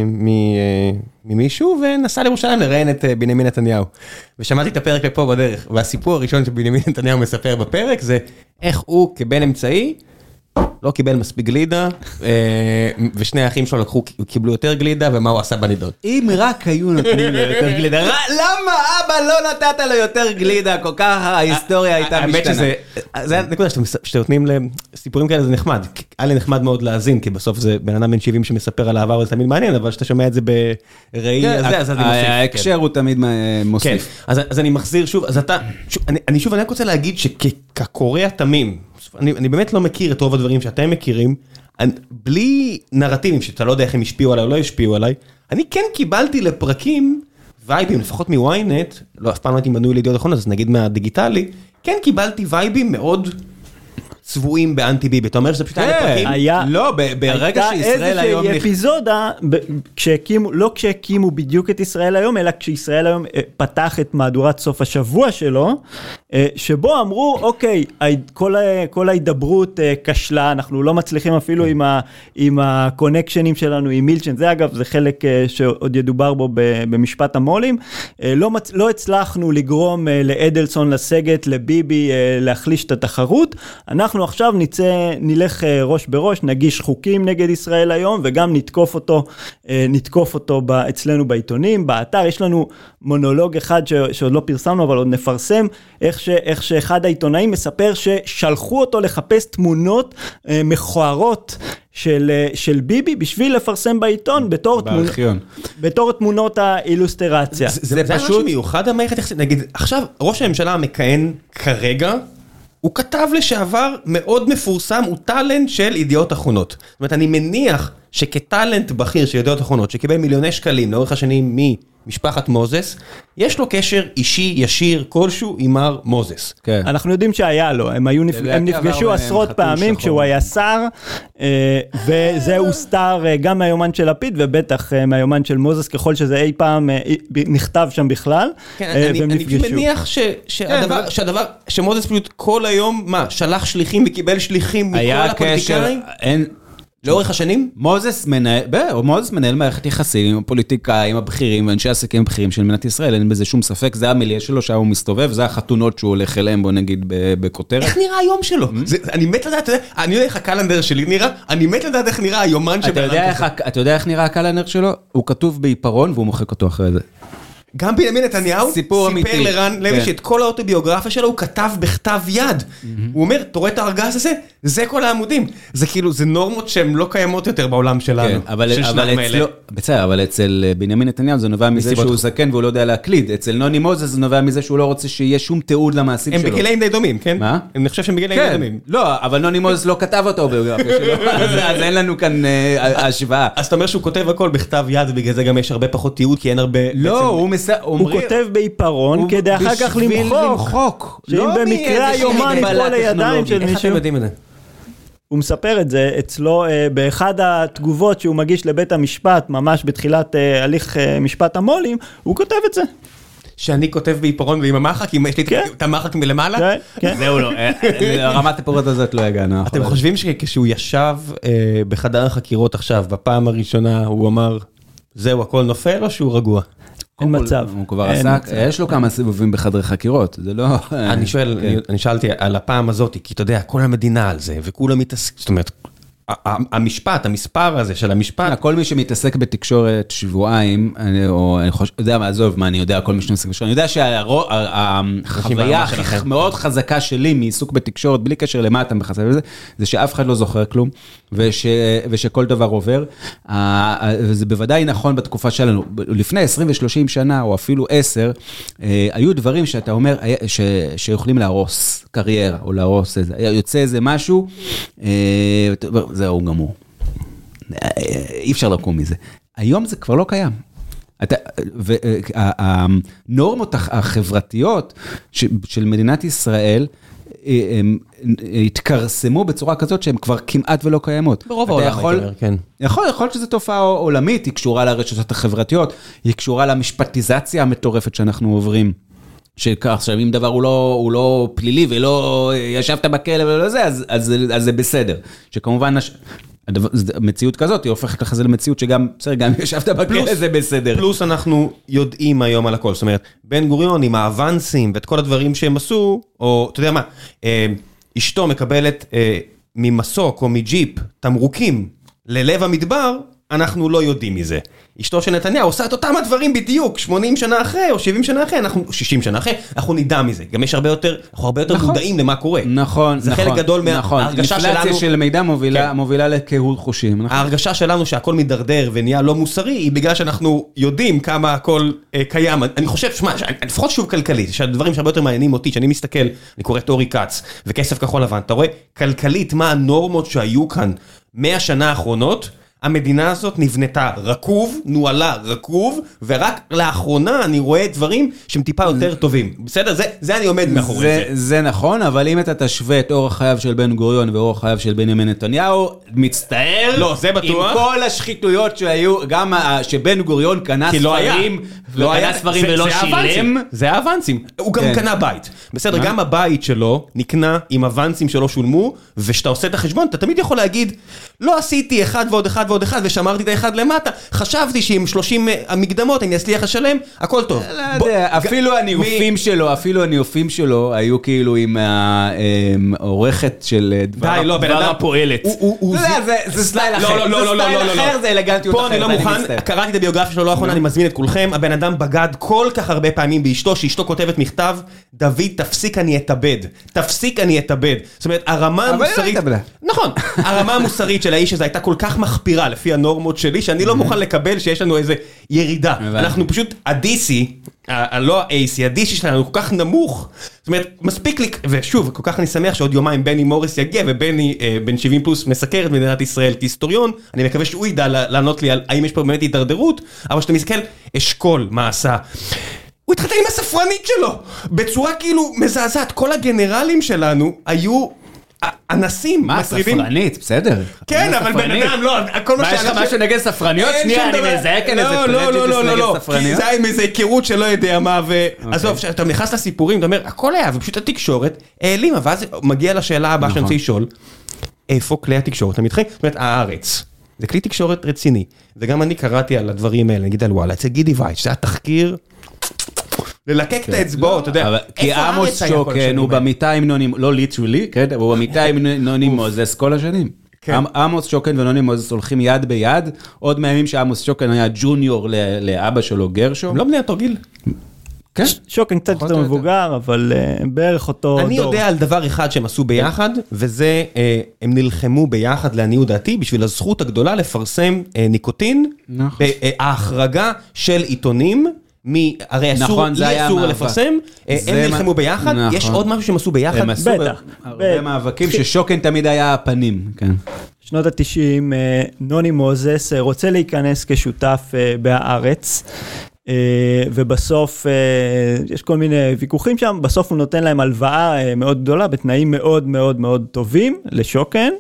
ממישהו, ונסע לירושלים לראיין את בנימין נתניהו. ושמעתי את הפרק לפה בדרך, והסיפור הראשון שבנימין נתניהו מספר בפרק, זה איך הוא כבן אמצעי, לא קיבל מספיק גלידה, ושני האחים שלו לקחו, קיבלו יותר גלידה, ומה הוא עשה בנידון. אם רק היו נותנים לו יותר גלידה, למה אבא לא נתת לו יותר גלידה? כל כך ההיסטוריה הייתה משתנה. זה הנקודה שנותנים לסיפורים כאלה, זה נחמד. היה לי נחמד מאוד להאזין, כי בסוף זה בן אדם בן שבעים שמספר על העבר, זה תמיד מעניין, אבל שאתה שומע את זה בראי, אז אני מוסיף. ההקשר הוא תמיד מוסיף. אז אני מחזיר שוב, אז אתה, אני שוב, אני רק רוצה להגיד שכקורא התמים, אני, אני באמת לא מכיר את רוב הדברים שאתם מכירים, אני, בלי נרטיבים שאתה לא יודע איך הם השפיעו עליי או לא השפיעו עליי, אני כן קיבלתי לפרקים וייבים, לפחות מוויינט, לא, אף פעם לא הייתי מנוי לידיעות אחרונות, אז נגיד מהדיגיטלי, כן קיבלתי וייבים מאוד צבועים באנטי ביבי, אתה אומר שזה פשוט היה לפרקים? היה, לא, ברגע שישראל היום... הייתה איזושהי אפיזודה, כשהקימו, לא כשהקימו בדיוק את ישראל היום, אלא כשישראל היום פתח את מהדורת סוף השבוע שלו, שבו אמרו, אוקיי, כל, כל ההידברות כשלה, אנחנו לא מצליחים אפילו עם, ה, עם הקונקשנים שלנו, עם מילצ'ן, זה אגב, זה חלק שעוד ידובר בו במשפט המולים, לא, מצ, לא הצלחנו לגרום לאדלסון לסגת, לביבי להחליש את התחרות, אנחנו עכשיו נצא, נלך ראש בראש, נגיש חוקים נגד ישראל היום, וגם נתקוף אותו, נתקוף אותו אצלנו בעיתונים, באתר, יש לנו מונולוג אחד ש, שעוד לא פרסמנו, אבל עוד נפרסם, איך, ש, איך שאחד העיתונאים מספר ששלחו אותו לחפש תמונות מכוערות של, של ביבי, בשביל לפרסם בעיתון, בתור, תמונ... בתור תמונות האילוסטרציה. זה, זה, זה פשוט מיוחד המערכת יחסית, נגיד, עכשיו ראש הממשלה המכהן כרגע, הוא כתב לשעבר מאוד מפורסם, הוא טלנט של ידיעות אחרונות. זאת אומרת, אני מניח שכטלנט בכיר של ידיעות אחרונות, שקיבל מיליוני שקלים לאורך השנים ממשפחת מוזס, יש לו קשר אישי ישיר כלשהו עם מר מוזס. כן. אנחנו יודעים שהיה לו, הם, היו נפ... הם נפגשו עשרות פעמים שחור. כשהוא היה שר, וזה הוסתר גם מהיומן של לפיד, ובטח מהיומן של מוזס, ככל שזה אי פעם נכתב שם בכלל, כן, אני, אני מניח ש, שהדבר, כן, שהדבר, שמוזס פשוט כל היום, מה, שלח שליחים וקיבל שליחים מכל הפוליטיקאים? אין... לאורך השנים? מוזס מנהל, מוזס מנהל מערכת יחסים עם הפוליטיקאים הבכירים ואנשי עסקים הבכירים של מדינת ישראל, אין בזה שום ספק, זה המיליה שלו שם הוא מסתובב, זה החתונות שהוא הולך אליהם, בוא נגיד, בכותרת. איך נראה היום שלו? אני מת לדעת, אני יודע איך הקלנדר שלי נראה, אני מת לדעת איך נראה היומן שבארן כזה. אתה יודע איך נראה הקלנדר שלו? הוא כתוב בעיפרון והוא מוחק אותו אחרי זה. גם בנימין נתניהו סיפר לרן לוי שאת כל האוטוביוגרפיה שלו הוא כתב בכתב יד. הוא אומר, אתה רואה את הארגז הזה? זה כל העמודים. זה כאילו, זה נורמות שהן לא קיימות יותר בעולם שלנו. בסדר, אבל אצל בנימין נתניהו זה נובע מזה שהוא זקן והוא לא יודע להקליד. אצל נוני מוזס זה נובע מזה שהוא לא רוצה שיהיה שום תיעוד למעשים שלו. הם בגילאים די דומים, כן? מה? אני חושב שהם בגילאים די דומים. לא, אבל נוני מוזס לא כתב את האוטוביוגרפיה שלו. אז אין לנו כאן השוואה. אז אתה אומר שהוא כותב הכל בכתב יד, ובגלל זה גם יש הרבה פחות תיעוד, כי אין הרבה... לא, הוא כותב בעיפרון כדי אחר כך למחוק. שאם במקרה היומן יפול לידיים של מישהו. איך אתם יודעים את זה? הוא מספר את זה אצלו באחד התגובות שהוא מגיש לבית המשפט, ממש בתחילת הליך משפט המולים, הוא כותב את זה. שאני כותב בעיפרון ועם המחק, אם יש לי את המחק מלמעלה? זהו לא, רמת הפורות הזאת לא הגענו. אתם חושבים שכשהוא ישב בחדר החקירות עכשיו, בפעם הראשונה הוא אמר, זהו הכל נופל או שהוא רגוע? אין מצב. הוא כבר עסק, יש לו כמה סיבובים בחדרי חקירות, זה לא... אני שואל, אני שאלתי על הפעם הזאת, כי אתה יודע, כל המדינה על זה, וכולם מתעסק, זאת אומרת, המשפט, המספר הזה של המשפט... כל מי שמתעסק בתקשורת שבועיים, או אני חושב, יודע מה, עזוב, מה אני יודע, כל מי שמתעסק בתקשורת, אני יודע שהחוויה מאוד חזקה שלי מעיסוק בתקשורת, בלי קשר למה אתה מחשב לזה, זה שאף אחד לא זוכר כלום, ושכל דבר עובר. זה בוודאי נכון בתקופה שלנו. לפני עשרים ושלושים שנה, או אפילו עשר, היו דברים שאתה אומר, שיכולים להרוס קריירה, או להרוס איזה, יוצא איזה משהו, זהו גמור. אי אפשר לקום מזה. היום זה כבר לא קיים. והנורמות החברתיות של מדינת ישראל, התקרסמו בצורה כזאת שהן כבר כמעט ולא קיימות. ברוב העולם, הייתי אומר, כן. יכול, יכול להיות שזו תופעה עולמית, היא קשורה לרשתות החברתיות, היא קשורה למשפטיזציה המטורפת שאנחנו עוברים. שכך, שאם דבר הוא לא, הוא לא פלילי ולא ישבת בכלא ולא זה, אז, אז, אז זה בסדר. שכמובן, מציאות כזאת, היא הופכת לך זה למציאות שגם, בסדר, גם ישבת בכלא, זה בסדר. פלוס אנחנו יודעים היום על הכל, זאת אומרת, בן גוריון עם האבנסים ואת כל הדברים שהם עשו, או, אתה יודע מה, אשתו מקבלת ממסוק או מג'יפ תמרוקים ללב המדבר, אנחנו לא יודעים מזה. אשתו של נתניהו עושה את אותם הדברים בדיוק, שמונים שנה אחרי או שבעים שנה אחרי, אנחנו שישים שנה אחרי, אנחנו נדע מזה. גם יש הרבה יותר, אנחנו הרבה יותר מודעים למה קורה. נכון, זה חלק גדול מההרגשה שלנו. אינפלציה של מידע מובילה לקהות חושים. ההרגשה שלנו שהכל מדרדר ונהיה לא מוסרי, היא בגלל שאנחנו יודעים כמה הכל קיים. אני חושב, שמה, לפחות שוב כלכלית, שהדברים שהרבה יותר מעניינים אותי, שאני מסתכל, אני קורא את אורי כץ, וכסף כחול לבן, אתה רואה כלכלית מה הנורמות שהיו כאן מאה שנה האחרונות, המדינה הזאת נבנתה רקוב, נועלה רקוב, ורק לאחרונה אני רואה דברים שהם טיפה יותר טובים. בסדר? זה, זה אני עומד מאחורי זה. זה נכון, אבל אם אתה תשווה את אורח חייו של בן גוריון ואורח חייו של בנימין נתניהו, מצטער. לא, זה בטוח. עם כל השחיתויות שהיו, גם שבן גוריון קנה ספרים, לא היה ספרים ולא שילם. זה האבנסים. הוא גם קנה בית. בסדר, גם הבית שלו נקנה עם אבנסים שלא שולמו, ושאתה עושה את החשבון, אתה תמיד יכול להגיד, לא עשיתי אחד ועוד אחד ועוד אחד, ושמרתי את האחד למטה, חשבתי שעם שלושים המקדמות אני אצליח לשלם, הכל טוב. לא יודע, אפילו הניופים שלו, אפילו הניופים שלו, היו כאילו עם העורכת של דבר הפועלת. זה סטייל אחר, זה סטייל אחר, זה אלגנטיות אחרת. פה אני לא מוכן, קראתי את הביוגרפיה שלו לא האחרונה, אני מזמין את כולכם, הבן אדם בגד כל כך הרבה פעמים באשתו, שאשתו כותבת מכתב, דוד, תפסיק אני אתאבד, תפסיק אני אתאבד. זאת אומרת, הרמה המוסרית, נכון, הרמה המוסרית של האיש הזה הייתה כל כך מחפירה לפי הנורמות שלי, שאני לא מוכן לקבל שיש לנו איזה ירידה. אנחנו פשוט, ה-די סי, לא ה-איי סי, ה-די סי שלנו כל כך נמוך, זאת אומרת, מספיק לי, ושוב, כל כך אני שמח שעוד יומיים בני מוריס יגיע, ובני בן שבעים פלוס מסקר את מדינת ישראל כהיסטוריון, אני מקווה שהוא ידע לענות לי על האם יש פה באמת התדרדרות, אבל שאתה מסתכל, אשכול מה עשה. הוא התחתן עם הספרנית שלו, בצורה כאילו מזעזעת, כל הגנרלים שלנו היו אנסים, מה, ספרנית, בסדר. כן, אבל בן אדם, לא, כל מה יש לך משהו נגד ספרניות? שנייה, אני מזהה כאן איזה פרנג'יטיס נגד ספרניות. כי זה עם איזה היכרות שלא יודע מה, ועזוב, אתה נכנס לסיפורים, אתה אומר, הכל היה, ופשוט התקשורת העלימה, ואז מגיע לשאלה הבאה שאני רוצה לשאול, איפה כלי התקשורת המתחיל? זאת אומרת, הארץ, זה כלי תקשורת רציני, וגם אני קראתי על הדברים האלה, נגיד על וואלה, אצל גידי וייץ, זה התחקיר, ללקק את האצבעות, אתה יודע. כי עמוס שוקן הוא במיטה עם נוני, לא ליטרלי, הוא במיטה עם נוני מוזס כל השנים. עמוס שוקן ונוני מוזס הולכים יד ביד, עוד מהימים שעמוס שוקן היה ג'וניור לאבא שלו גרשו. לא בני אותו גיל. כן. שוקן קצת יותר מבוגר, אבל בערך אותו דור. אני יודע על דבר אחד שהם עשו ביחד, וזה, הם נלחמו ביחד לעניות דעתי, בשביל הזכות הגדולה לפרסם ניקוטין, ההחרגה של עיתונים, מי, הרי אסור, יהיה אסור לפרסם, הם נלחמו ביחד, יש עוד משהו שהם עשו ביחד? בטח. הרבה מאבקים ששוקן תמיד היה הפנים, כן. שנות ה-תשעים, נוני מוזס רוצה להיכנס כשותף בהארץ, ובסוף יש כל מיני ויכוחים שם, בסוף הוא נותן להם הלוואה מאוד גדולה, בתנאים מאוד מאוד מאוד טובים לשוקן,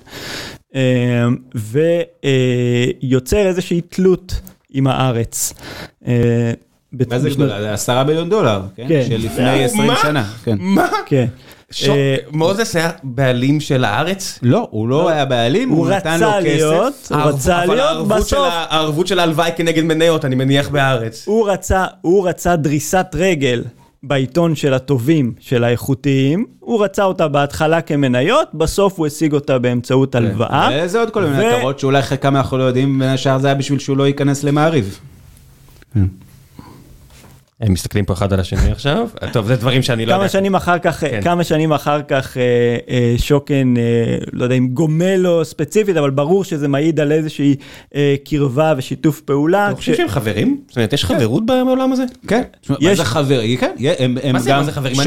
ויוצר איזושהי תלות עם הארץ. מה זה גדולה? זה עשרה מיליון דולר, כן? של לפני עשרים שנה. מה? כן. מוזס היה בעלים של הארץ? לא, הוא לא היה בעלים, הוא נתן לו כסף. הוא רצה להיות בסוף. הערבות של ההלוואה כנגד מניות, אני מניח בארץ. הוא רצה דריסת רגל בעיתון של הטובים, של האיכותיים, הוא רצה אותה בהתחלה כמניות, בסוף הוא השיג אותה באמצעות הלוואה. זה עוד כל מיני מטרות שאולי חלקם אנחנו לא יודעים, בין השאר זה היה בשביל שהוא לא ייכנס למעריב. הם מסתכלים פה אחד על השני עכשיו, טוב, זה דברים שאני לא יודע. כמה שנים אחר כך, כמה שנים אחר כך שוקן, לא יודע אם גומל לו ספציפית, אבל ברור שזה מעיד על איזושהי קרבה ושיתוף פעולה. אתה חושב שהם חברים? זאת אומרת, יש חברות בעולם הזה? כן. מה זה חברים? כן. מה זה, מה זה חברים?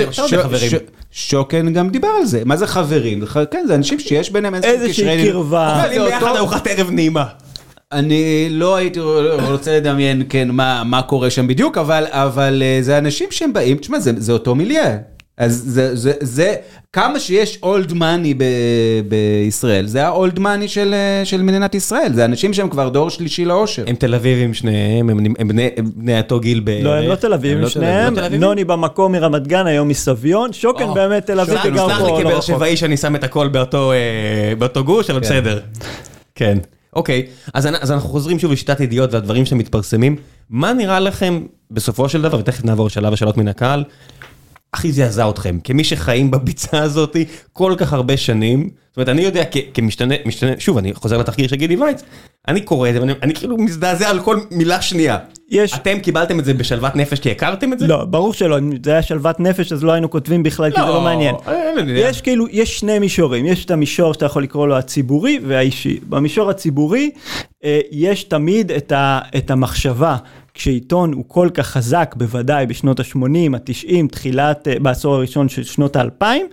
שוקן גם דיבר על זה. מה זה חברים? כן, זה אנשים שיש ביניהם איזושהי קרבה. אבל אם ביחד ארוחת ערב נעימה. אני לא הייתי רוצה לדמיין, כן, מה, מה קורה שם בדיוק, אבל, אבל זה אנשים שהם באים, תשמע, זה, זה אותו מיליה. אז זה, זה, זה, כמה שיש old money ב, בישראל, זה ה-old money של, של מדינת ישראל, זה אנשים שהם כבר דור שלישי לאושר. הם תל אביבים שניהם, הם, הם בני, בני אותו גיל ב... לא, הם לא תל אביבים שניהם, לא נוני במקום מרמת גן, היום מסביון, שוקן oh, באמת תל אביב. סלח לי כבאר שבעי שאני שם את הכל באותו, באותו גוש, אבל בסדר. כן, אוקיי. אז אנחנו חוזרים שוב לשיטת ידיעות והדברים שמתפרסמים. מה נראה לכם בסופו של דבר, ותכף נעבור לשלב השאלות מן הקהל, הכי זעזע אתכם, כמי שחיים בביצה הזאת כל כך הרבה שנים, זאת אומרת, אני יודע כמשתנה, משתנה, שוב, אני חוזר לתחקיר של גידי וייץ, אני קורא את זה, ואני כאילו מזדעזע על כל מילה שנייה. יש... אתם קיבלתם את זה בשלוות נפש כי הכרתם את זה? לא, ברור שלא, אם זה היה שלוות נפש, אז לא היינו כותבים בכלל, כי זה לא מעניין. יש כאילו, יש שני מישורים, יש את המישור שאתה יכול לקרוא לו הציבורי והאישי. במישור הציבורי, יש תמיד את המחשבה, כשעיתון הוא כל כך חזק, בוודאי בשנות ה-שמונים, ה-תשעים, תחילת, בעשור הראשון של שנות ה-אלפיים,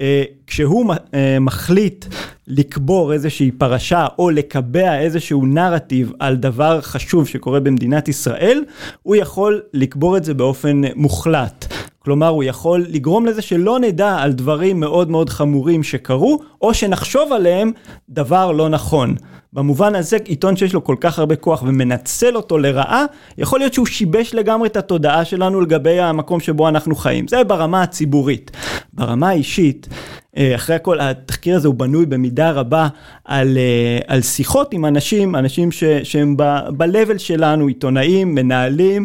כשהוא מחליט לקבור איזושהי פרשה, או לקבע איזשהו נרטיב על דבר חשוב שקורה במדינת ישראל, הוא יכול לקבור את זה באופן מוחלט. כלומר, הוא יכול לגרום לזה שלא נדע על דברים מאוד מאוד חמורים שקרו, או שנחשוב עליהם דבר לא נכון. במובן הזה, עיתון שיש לו כל כך הרבה כוח ומנצל אותו לרעה, יכול להיות שהוא שיבש לגמרי את התודעה שלנו לגבי המקום שבו אנחנו חיים. זה ברמה הציבורית. ברמה האישית, אחרי הכל, התחקיר הזה הוא בנוי במידה רבה על, על שיחות עם אנשים, אנשים ש, שהם ב-level שלנו, עיתונאים, מנהלים.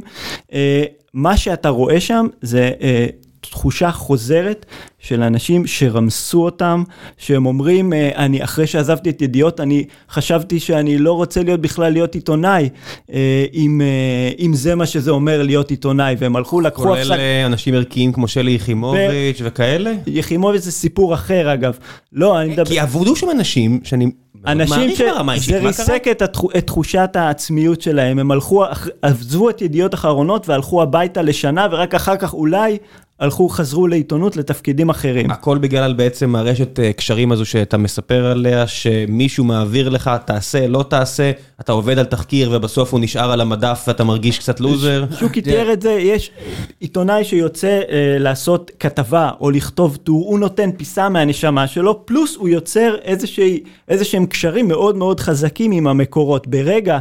מה שאתה רואה שם זה תחושה חוזרת של אנשים שרמסו אותם, שהם אומרים, אני אחרי שעזבתי את ידיעות, אני חשבתי שאני לא רוצה להיות בכלל להיות עיתונאי, אם, אם זה מה שזה אומר להיות עיתונאי, והם הלכו לקחו... כולל הפסק... אנשים ערכיים כמו שלי יחימוביץ' ו... וכאלה? יחימוביץ' זה סיפור אחר אגב. לא, אני מדבר... כי עבודו שם אנשים שאני... אנשים שזה ריסק את, התחו, את תחושת העצמיות שלהם, הם הלכו, עזבו את ידיעות אחרונות והלכו הביתה לשנה, ורק אחר כך אולי הלכו, חזרו לעיתונות לתפקידים אחרים. הכל בגלל בעצם הרשת קשרים הזו שאתה מספר עליה, שמישהו מעביר לך, תעשה, לא תעשה, אתה עובד על תחקיר ובסוף הוא נשאר על המדף ואתה מרגיש קצת לוזר. שוקי תיאר את זה, יש עיתונאי שיוצא אה, לעשות כתבה או לכתוב טור, הוא נותן פיסה מהנשמה שלו, פלוס הוא יוצר איזושהי, איזשהם קשרים מאוד מאוד חזקים עם המקורות. ברגע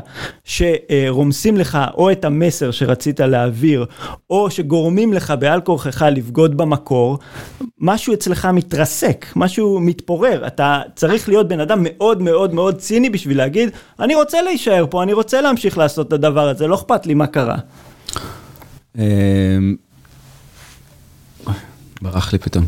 שרומסים לך או את המסר שרצית להעביר, או שגורמים לך בעל כורכך לבגוד במקור, משהו אצלך מתרסק, משהו מתפורר. אתה צריך להיות בן אדם מאוד מאוד מאוד ציני בשביל להגיד, אני רוצה להישאר פה, אני רוצה להמשיך לעשות את הדבר הזה, לא אכפת לי מה קרה. ברח לי פתאום.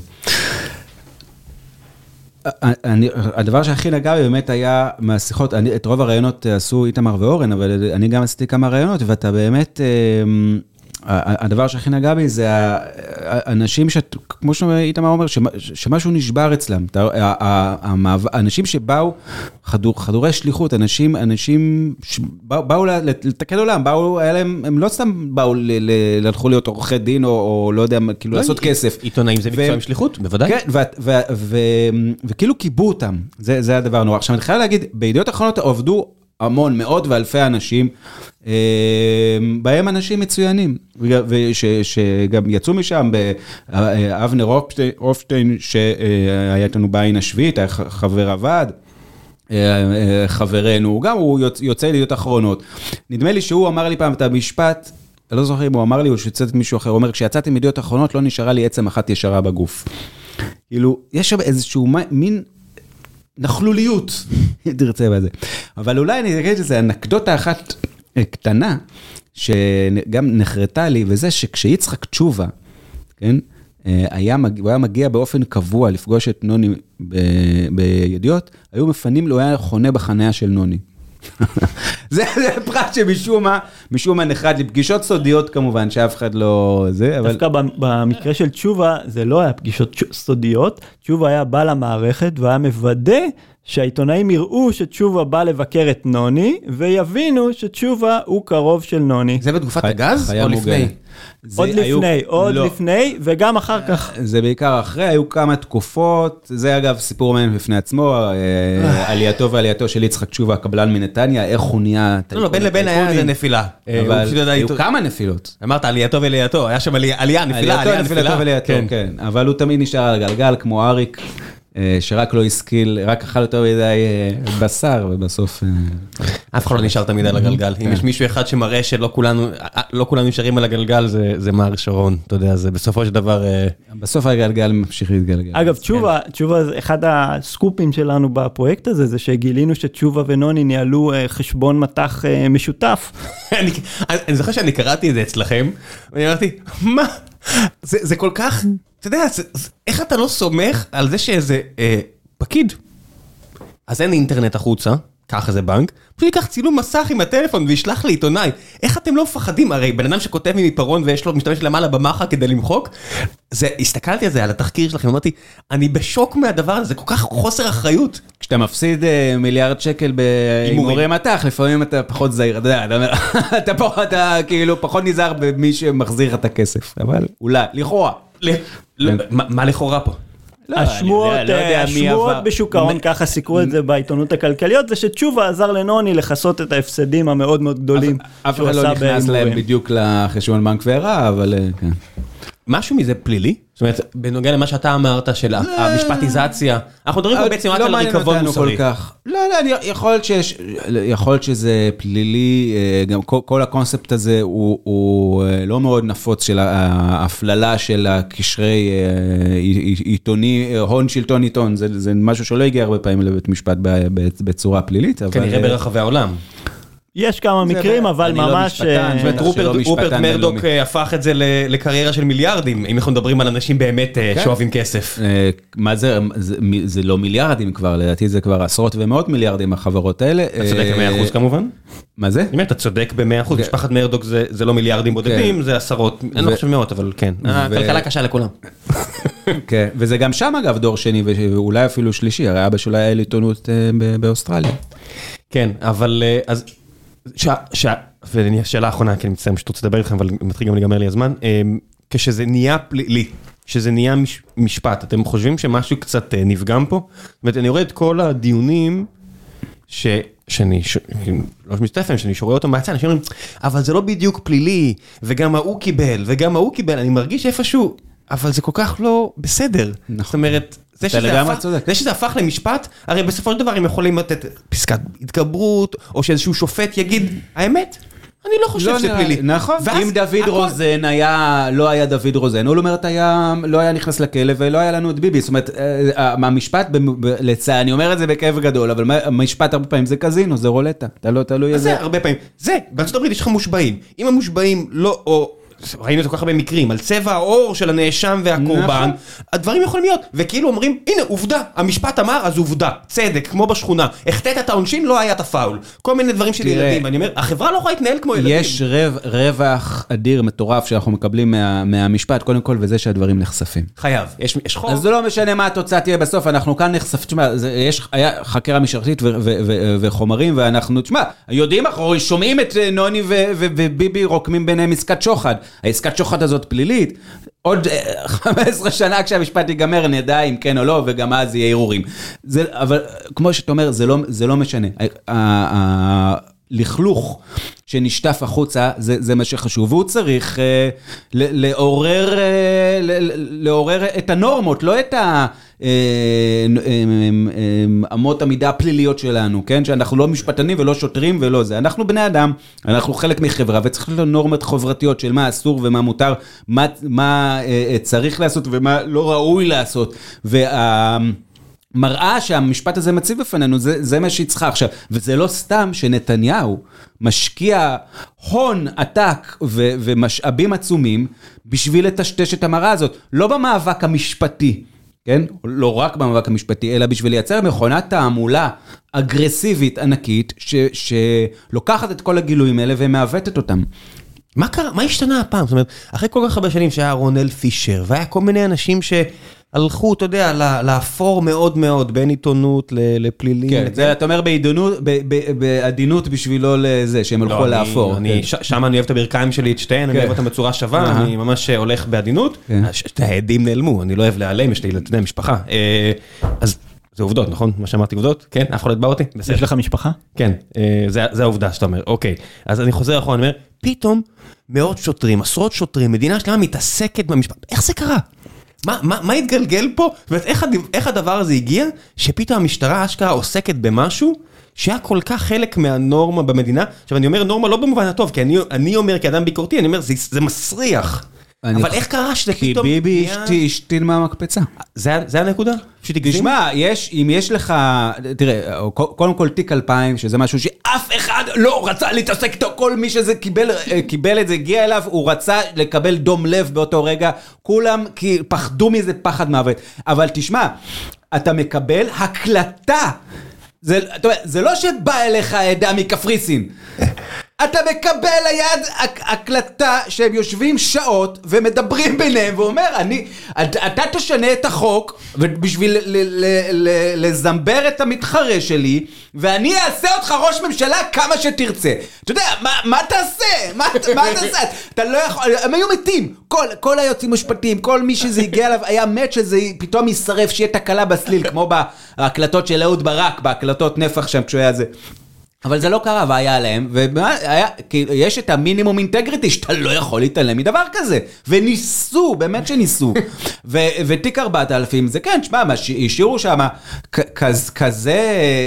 אני, הדבר שהכי נגע באמת היה מהשיחות, אני, את רוב הרעיונות עשו איתמר ואורן, אבל אני גם עשיתי כמה רעיונות, ואתה באמת, הדבר שהכי נגע בי זה האנשים, כמו שאיתמר אומר, שמשהו נשבר אצלם, האנשים שבאו, חדורי שליחות, אנשים, אנשים שבאו לתקן עולם, באו, הם לא סתם באו ללכו להיות עורכי דין, או לא יודע, כאילו לעשות כסף. עיתונאים זה מקצוע עם שליחות, בוודאי. כן, וכאילו קיבו אותם, זה הדבר נורא. עכשיו, אני חייב להגיד, בידיעות האחרונות עובדו המון, מאות ואלפי אנשים, בהם אנשים מצוינים, ושגם יצאו משם, אבנר רופשטיין, שהיה איתנו בעין השביעית, היה חבר הוועד, חברנו, גם הוא יוצא לידיעות אחרונות. נדמה לי שהוא אמר לי פעם את המשפט, אתה לא זוכר אם הוא אמר לי, או שיצאת את מישהו אחר, הוא אומר, כשיצאתי מידיעות אחרונות, לא נשארה לי עצם אחת ישרה בגוף. כאילו, יש שם איזשהו מין נכלוליות, תרצה בזה. אבל אולי אני אגיד שזה אנקדוטה אחת קטנה, שגם נחרטה לי, וזה שכשיצחק תשובה, כן, היה, הוא היה מגיע באופן קבוע לפגוש את נוני ב, בידיעות, היו מפנים לו, הוא היה חונה בחניה של נוני. זה, זה פרט שמשום מה, משום מה נחרד לפגישות סודיות כמובן, שאף אחד לא זה, אבל... דווקא במקרה של תשובה, זה לא היה פגישות סודיות, תשובה היה בא למערכת, והיה מוודא שהעיתונאים יראו שתשובה בא לבקר את נוני, ויבינו שתשובה הוא קרוב של נוני. זה בתקופת הגז או לפני? עוד לפני, עוד לפני, וגם אחר כך. זה בעיקר אחרי, היו כמה תקופות, זה אגב סיפור מעניין בפני עצמו, עלייתו ועלייתו של יצחק תשובה, קבלן מנתניה, איך הוא נהיה... לא, לא, בין לבין היה איזה נפילה. אבל היו כמה נפילות. אמרת עלייתו ועלייתו, היה שם עלייה, נפילה, עלייה, נפילה. כן, אבל הוא תמיד נשאר על גלגל, כמו אריק. שרק לא השכיל, רק אכל יותר מדי בשר, ובסוף... אף אחד לא נשאר תמיד על הגלגל. אם יש מישהו אחד שמראה שלא כולנו, לא כולנו נשארים על הגלגל, זה מר שרון. אתה יודע, זה בסופו של דבר... בסוף הגלגל ממשיך להתגלגל. אגב, תשובה, תשובה, אחד הסקופים שלנו בפרויקט הזה, זה שגילינו שתשובה ונוני ניהלו חשבון מתח משותף. אני זוכר שאני קראתי את זה אצלכם, ואני אמרתי, מה? זה כל כך... אתה יודע, איך אתה לא סומך על זה שאיזה פקיד? אז אין אינטרנט החוצה. ככה זה בנק, פשוט ייקח צילום מסך עם הטלפון וישלח לי עיתונאי. איך אתם לא מפחדים? הרי בן אדם שכותב מפרון ויש לו משתמש למעלה במחה כדי למחוק, זה, הסתכלתי על זה, על התחקיר שלכם, אמרתי, אני בשוק מהדבר הזה, זה כל כך חוסר אחריות. כשאתה מפסיד מיליארד שקל בהימורי מתח, לפעמים אתה פחות זהיר, אתה יודע, אתה פה, אתה כאילו פחות נזהר במי שמחזיר את הכסף, אבל אולי, לכאורה. מה לכאורה פה? השמועות בשוק ההון, ככה סיקרו את זה בעיתונות הכלכליות, זה שתשובה עזר לנוני לחסות את ההפסדים המאוד מאוד גדולים. אף אחד לא נכנס להם בדיוק לחשבון בנק והרע, אבל כן. משהו מזה פלילי? זאת אומרת, בנוגע למה שאתה אמרת של המשפטיזציה, אנחנו מדברים פה בעצם רק על ריקבון מוסרי. לא, לא, יכול להיות שזה פלילי, גם כל הקונספט הזה הוא לא מאוד נפוץ של ההפללה של הקשרי עיתוני, הון שלטון עיתון, זה משהו שלא הגיע הרבה פעמים לבית משפט בצורה פלילית. כנראה ברחבי העולם. יש כמה מקרים, אבל ממש... רופרט מרדוק הפך את זה לקריירה של מיליארדים, אם אנחנו מדברים על אנשים באמת שאוהבים כסף. מה זה? זה לא מיליארדים כבר, לדעתי זה כבר עשרות ומאות מיליארדים החברות האלה. אתה צודק ב-מאה אחוז כמובן? מה זה? אם אתה צודק ב-מאה אחוז, משפחת מרדוק זה לא מיליארדים בודדים, זה עשרות, אני לא חושב מאות, אבל כן. הכלכלה קשה לכולם. כן, וזה גם שם אגב דור שני, ואולי אפילו שלישי, הרי אבא שלו היה עיתונות באוסטרליה. כן, אבל אז... שאלה האחרונה, כי אני מצטער שאתה רוצה לדבר איתכם, אבל מתחיל גם להיגמר לי הזמן, כשזה נהיה פלילי, כשזה נהיה משפט, אתם חושבים שמשהו קצת נפגם פה? זאת אומרת, אני רואה את כל הדיונים שאני, לא משתתפם, שאני שרואה אותם מהצד, אנשים אומרים, אבל זה לא בדיוק פלילי, וגם ההוא קיבל, וגם ההוא קיבל, אני מרגיש איפשהו, אבל זה כל כך לא בסדר. זאת אומרת, זה שזה, הפך, זה שזה הפך למשפט, הרי בסופו של דבר הם יכולים לתת פסקת התגברות, או שאיזשהו שופט יגיד, האמת, אני לא חושב לא שזה פלילי. נכון, אם דוד הכל... רוזן היה, לא היה דוד רוזן, הוא אומרת, היה, לא היה נכנס לכלא, ולא היה לנו את ביבי, זאת אומרת, המשפט, לצע, אני אומר את זה בכאב גדול, אבל המשפט הרבה פעמים זה קזינו, זה רולטה, אתה לא תלוי איזה. זה הרבה פעמים, זה, בארצות הברית יש לך מושבעים, אם המושבעים לא, או... ראינו את זה כל כך הרבה מקרים, על צבע האור של הנאשם והקורבן, הדברים יכולים להיות, וכאילו אומרים, הנה, עובדה, המשפט אמר, אז עובדה, צדק, כמו בשכונה, החטאת את העונשין, לא היה את הפאול, כל מיני דברים של ילדים, ואני אומר, החברה לא יכולה להתנהל כמו ילדים. יש רווח אדיר, מטורף, שאנחנו מקבלים מהמשפט, קודם כל, וזה שהדברים נחשפים. חייב, יש חוק. אז זה לא משנה מה התוצאה תהיה בסוף, אנחנו כאן נחשפים, תשמע, יש חקירה משטרתית וחומרים, ואנחנו, תשמע, יודעים, אנחנו שומעים את נוני וביבי רוקמים ביניהם עסקת שוחד. העסקת שוחד הזאת פלילית, עוד חמש עשרה שנה כשהמשפט ייגמר, נדע אם כן או לא, וגם אז יהיה ערעורים. זה, אבל כמו שאתה אומר, זה לא, זה לא משנה. הלכלוך שנשטף החוצה, זה, זה מה שחשוב, והוא צריך אה, לעורר, אה, לעורר את הנורמות, לא את ה... אמות המידה הפליליות שלנו, כן? שאנחנו לא משפטנים ולא שוטרים ולא זה. אנחנו בני אדם, אנחנו חלק מחברה, וצריך להיות נורמות חברתיות של מה אסור ומה מותר, מה, מה צריך לעשות ומה לא ראוי לעשות. וה... מראה שהמשפט הזה מציב בפנינו, זה, זה מה שהיא צריכה עכשיו, וזה לא סתם שנתניהו משקיע הון עתק ו, ומשאבים עצומים, בשביל לטשטש את המראה הזאת, לא במאבק המשפטי, כן? לא רק במאבק המשפטי, אלא בשביל לייצר מכונת תעמולה אגרסיבית ענקית, ש, שלוקחת את כל הגילויים האלה ומעוותת אותם. מה קרה? מה השתנה הפעם? זאת אומרת, אחרי כל כך הרבה שנים שהיה רונל פישר, והיה כל מיני אנשים שהלכו, אתה יודע, לאפור מאוד מאוד, בין עיתונות לפלילים. כן, זה אתה אומר בעדינות בשבילו לזה, שהם הלכו לאפור. שם אני אוהב את הברכיים שלי, את שתיהן, אני אוהב אותם בצורה שווה, אני ממש הולך בעדינות. העדים נעלמו, אני לא אוהב להיעלם, יש לי ילדי משפחה. אז... זה עובדות, נכון? מה שאמרתי עובדות? כן? אף אחד לא יתבע אותי? יש לך משפחה? כן, זה העובדה שאתה אומר. אוקיי, אז אני חוזר אחורה, אני אומר, פתאום מאות שוטרים, עשרות שוטרים, מדינה שלמה מתעסקת במשפט. איך זה קרה? מה, מה, מה התגלגל פה? זאת אומרת, איך, איך הדבר הזה הגיע, שפתאום המשטרה אשכרה עוסקת במשהו, שהיה כל כך חלק מהנורמה במדינה. עכשיו, אני אומר נורמה לא במובן הטוב, כי אני, אני אומר כאדם ביקורתי, אני אומר, זה, זה מסריח. אבל איך קרה שזה פתאום... כי ביבי השתין מהמקפצה. זה הנקודה? תשמע, אם יש לך, תראה, קודם כל תיק אלפיים, שזה משהו שאף אחד לא רצה להתעסק איתו, כל מי שזה קיבל את זה, הגיע אליו, הוא רצה לקבל דום לב באותו רגע, כולם פחדו מזה פחד מוות. אבל תשמע, אתה מקבל הקלטה, זה לא שבא אליך עדה מקפריסין, אתה מקבל ליד הקלטה שהם יושבים שעות ומדברים ביניהם ואומר, אני, אתה תשנה את החוק בשביל לזמבר את המתחרה שלי ואני אעשה אותך ראש ממשלה כמה שתרצה. אתה יודע, מה, מה תעשה? מה, מה תעשה? אתה לא יכול, הם היו מתים. כל, כל היוצאים משפטיים, כל מי שזה הגיע אליו היה מת שזה פתאום יישרף, שיהיה תקלה בסליל, כמו בהקלטות של אהוד ברק, בהקלטות נפח שם כשהוא היה זה. אבל זה לא קרה והיה עליהם, ויש את המינימום אינטגריטי שאתה לא יכול להתעלם מדבר כזה, וניסו, באמת שניסו, ותיק ארבעת אלפים, זה כן, שמה, השאירו שם כזה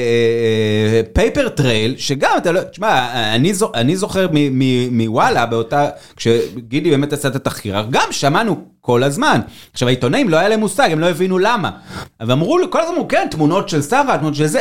פייפר טרייל, שגם אתה לא, שמה, אני זוכר מוואלה, באותה, כשגידי באמת עשה את התחקיר, גם שמענו כל הזמן. עכשיו, העיתונאים לא היה להם מושג, הם לא הבינו למה, ואמרו, כל הזמן, כן, תמונות של שרה, תמונות של זה,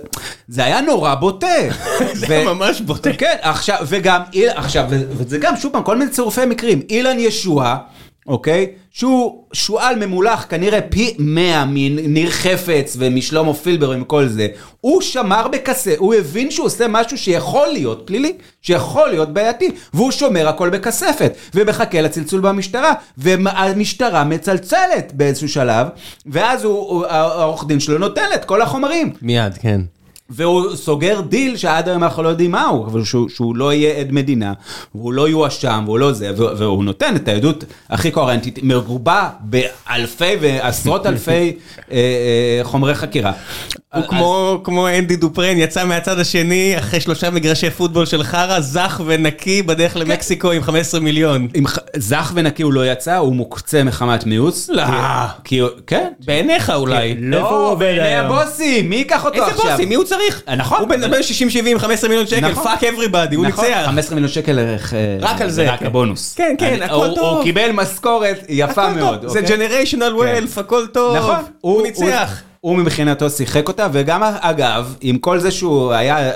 זה היה נורא בוטה. זה היה ממש בוטה. כן, עכשיו, וגם, עכשיו, וזה גם, שוב פעם, כל מיני צירופי מקרים, אילן ישוע, אוקיי? שהוא שואל ממולח, כנראה פי מאה מניר חפץ ומשלמה פילבר ומכל זה, הוא שמר בכסה, הוא הבין שהוא עושה משהו שיכול להיות פלילי, שיכול להיות בעייתי, והוא שומר הכל בכספת, ומחכה לצלצול במשטרה, והמשטרה מצלצלת באיזשהו שלב, ואז הוא, העורך דין שלו נותן את כל החומרים. מיד, כן. והוא סוגר דיל שעד היום אנחנו לא יודעים מהו, אבל שהוא, שהוא לא יהיה עד מדינה, והוא לא יואשם, והוא לא זה, והוא נותן את העדות הכי קוהרנטית, מרובה באלפי ועשרות אלפי אה, אה, חומרי חקירה. הוא אז... כמו, כמו אנדי דופרן, יצא מהצד השני, אחרי שלושה מגרשי פוטבול של חרה, זך ונקי בדרך כן. למקסיקו עם חמישה עשר מיליון. עם זך ונקי הוא לא יצא, הוא מוקצה מחמת מיוס. לא. כי, כן. בעיניך אולי. כן. לא, בעיני הבוסים, מי ייקח אותו איזה עכשיו? איזה בוסים, מי הוא צריך? נכון. הוא בן שישים שבעים, חמש עשרה מיליון שקל, fuck everybody, הוא ניצח. חמש עשרה מיליון שקל רק על זה. רק הבונוס. כן, כן, הכל טוב. הוא קיבל משכורת יפה מאוד. זה generational wealth, הכל טוב. נכון. הוא ניצח. הוא מבחינתו שיחק אותה, וגם אגב, עם כל זה שהוא היה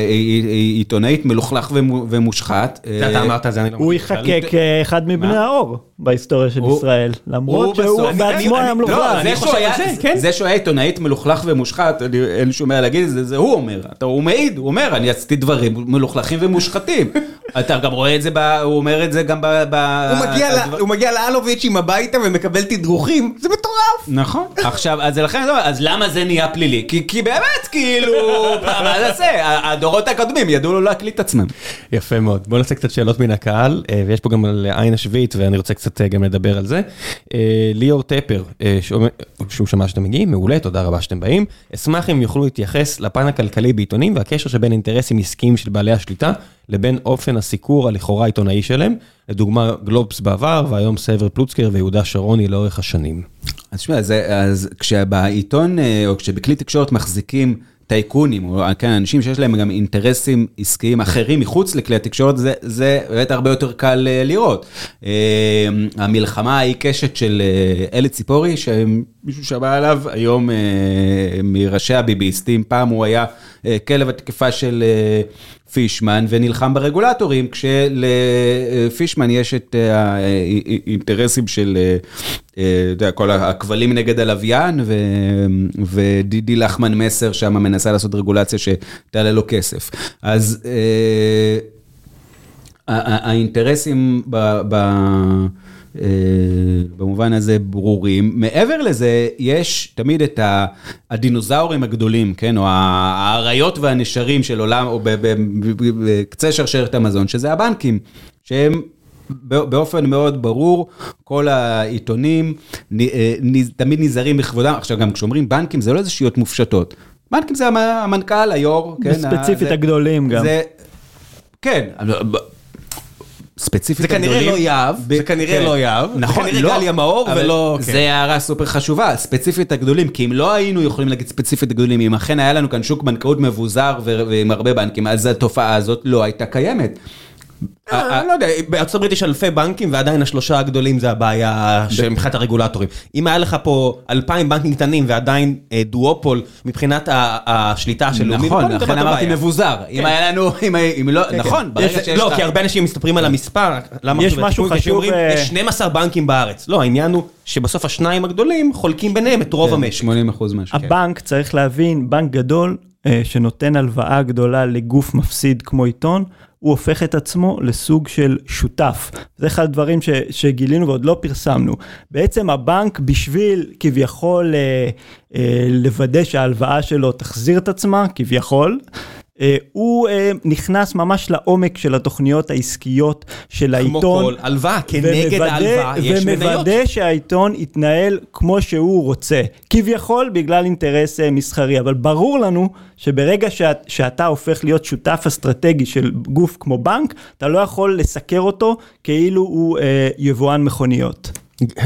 עיתונאית מלוכלך ומושחת. אתה אמרת זה, אני לא... הוא יחכה כאחד מבני האור בהיסטוריה של ישראל, למרות שהוא בעצמו היה מלוכלך. זה שהוא היה עיתונאית מלוכלך ומושחת, אין שום מה להגיד, זה הוא אומר, הוא מעיד, הוא אומר, אני עשיתי דברים מלוכלכים ומושחתים. אתה גם רואה את זה, הוא אומר את זה גם ב... הוא מגיע לאלוביץ' עם הביתה ומקבל תדרוכים, זה מטורף. נכון. עכשיו, אז לכן, אז למה זה נהיה פלילי? כי, כי באמת, כאילו, מה זה? הדורות הקודמים ידעו לו להקליט עצמם. יפה מאוד. בואו נעשה קצת שאלות מן הקהל, ויש פה גם על עין השביעית, ואני רוצה קצת גם לדבר על זה. ליאור טפר, שהוא שמע שאתם מגיעים, מעולה, תודה רבה שאתם באים. אשמח אם יוכלו להתייחס לפן הכלכלי בעיתונים, והקשר שבין אינטרסים עסקיים של בעלי השליטה, לבין אופן הסיקור הלכאורה עיתונאי שלהם, לדוגמה גלובס בעבר, והיום סבר פלוצקר ויהודה שרוני לאורך השנים. אז שמה, אז כשבעיתון, או כשבכלי תקשורת מחזיקים טייקונים, או כן, אנשים שיש להם גם אינטרסים עסקיים אחרים מחוץ לכלי התקשורת, זה, זה באמת הרבה יותר קל לראות. המלחמה העיקשת של אלי ציפורי, שמישהו שמע עליו, היום מראשי הביביסטים, פעם הוא היה כלב התקפה של פישמן, ונלחם ברגולטורים, כשלפישמן יש את האינטרסים של, אתה יודע, כל הכבלים נגד הלוויין, ודידי לחמן מסר שם מנסה לעשות רגולציה שתעלה לו כסף. אז האינטרסים ב... במובן הזה ברורים. מעבר לזה, יש תמיד את הדינוזאורים הגדולים, כן, או האריות והנשרים של עולם, או בקצה שרשרת המזון, שזה הבנקים, שהם באופן מאוד ברור, כל העיתונים תמיד נזהרים בכבודם. עכשיו, גם כשאומרים בנקים, זה לא איזה שיות מופשטות. בנקים זה המנכ"ל, היו"ר, כן. בספציפית הגדולים גם. כן, ספציפית זה כנראה לא יהב, זה כנראה לא יהב, זה כנראה גליה מאור ולא... זה הערה סופר חשובה, ספציפית הגדולים, כי אם לא היינו יכולים להגיד ספציפית הגדולים, אם אכן היה לנו כאן שוק בנקאות מבוזר ועם הרבה בנקים, אז התופעה הזאת לא הייתה קיימת. לא יודע, בארצות הברית יש אלפי בנקים ועדיין השלושה הגדולים זה הבעיה מבחינת הרגולטורים. אם היה לך פה אלפיים בנקים קטנים ועדיין דואופול מבחינת השליטה של לאומי, נכון, לכן אמרתי מבוזר. אם היה לנו, אם לא, נכון, ברגע שיש... לא, כי הרבה אנשים מסתפרים על המספר. יש משהו חשוב... יש שנים עשר בנקים בארץ. לא, העניין הוא שבסוף השניים הגדולים חולקים ביניהם את רוב המשק. שמונים אחוז משהו. הבנק צריך להבין, בנק גדול שנותן הלוואה גדולה לגוף מפסיד כמו עיתון, הוא הופך את עצמו לסוג של שותף. זה אחד הדברים ש, שגילינו ועוד לא פרסמנו. בעצם הבנק בשביל כביכול אה, אה, לוודא שההלוואה שלו תחזיר את עצמה, כביכול, אה, הוא אה, נכנס ממש לעומק של התוכניות העסקיות של העיתון. כמו כל הלוואה, כנגד ההלוואה יש מניות. ומוודא שהעיתון יתנהל כמו שהוא רוצה. כביכול בגלל אינטרס אה, מסחרי, אבל ברור לנו שברגע שאת, שאתה הופך להיות שותף אסטרטגי של גוף כמו בנק, אתה לא יכול לסקר אותו כאילו הוא אה, יבואן מכוניות.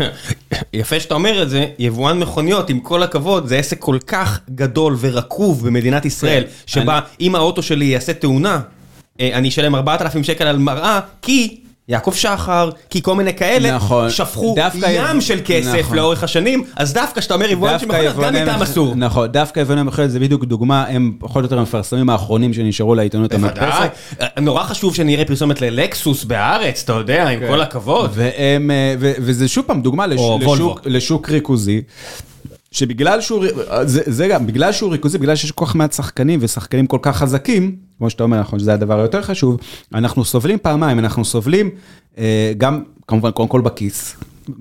יפה שאתה אומר את זה, יבואן מכוניות, עם כל הכבוד, זה עסק כל כך גדול ורקוב במדינת ישראל, שבה אם האוטו שלי יעשה תאונה, אני אשלם ארבעת אלפים שקל על מראה, כי יעקב שחר, כי כל מיני כאלה, נכון, שפכו ים של כסף נכון. לאורך השנים, אז דווקא שאתה אומר יבואן שמכוניות, גם איתם אסור. נכון, דווקא יבואני מכוניות זה בדיוק דוגמה, הם פחות או יותר המפרסמים האחרונים שנשארו לעיתונות המדפסת. נורא חשוב שנראה פרסומת ללקסוס בארץ, אתה יודע, עם כל הכבוד. והם, וזה שוב פעם דוגמה לשוק ריכוזי, שבגלל שהוא, זה, זה גם, בגלל שהוא ריכוזי, בגלל שיש כל כך מעט שחקנים, ושחקנים כל כך חזקים, כמו שאתה אומר, נכון, שזה הדבר היותר חשוב, אנחנו סובלים פעמיים, אנחנו סובלים גם, כמובן, קודם כל בכיס,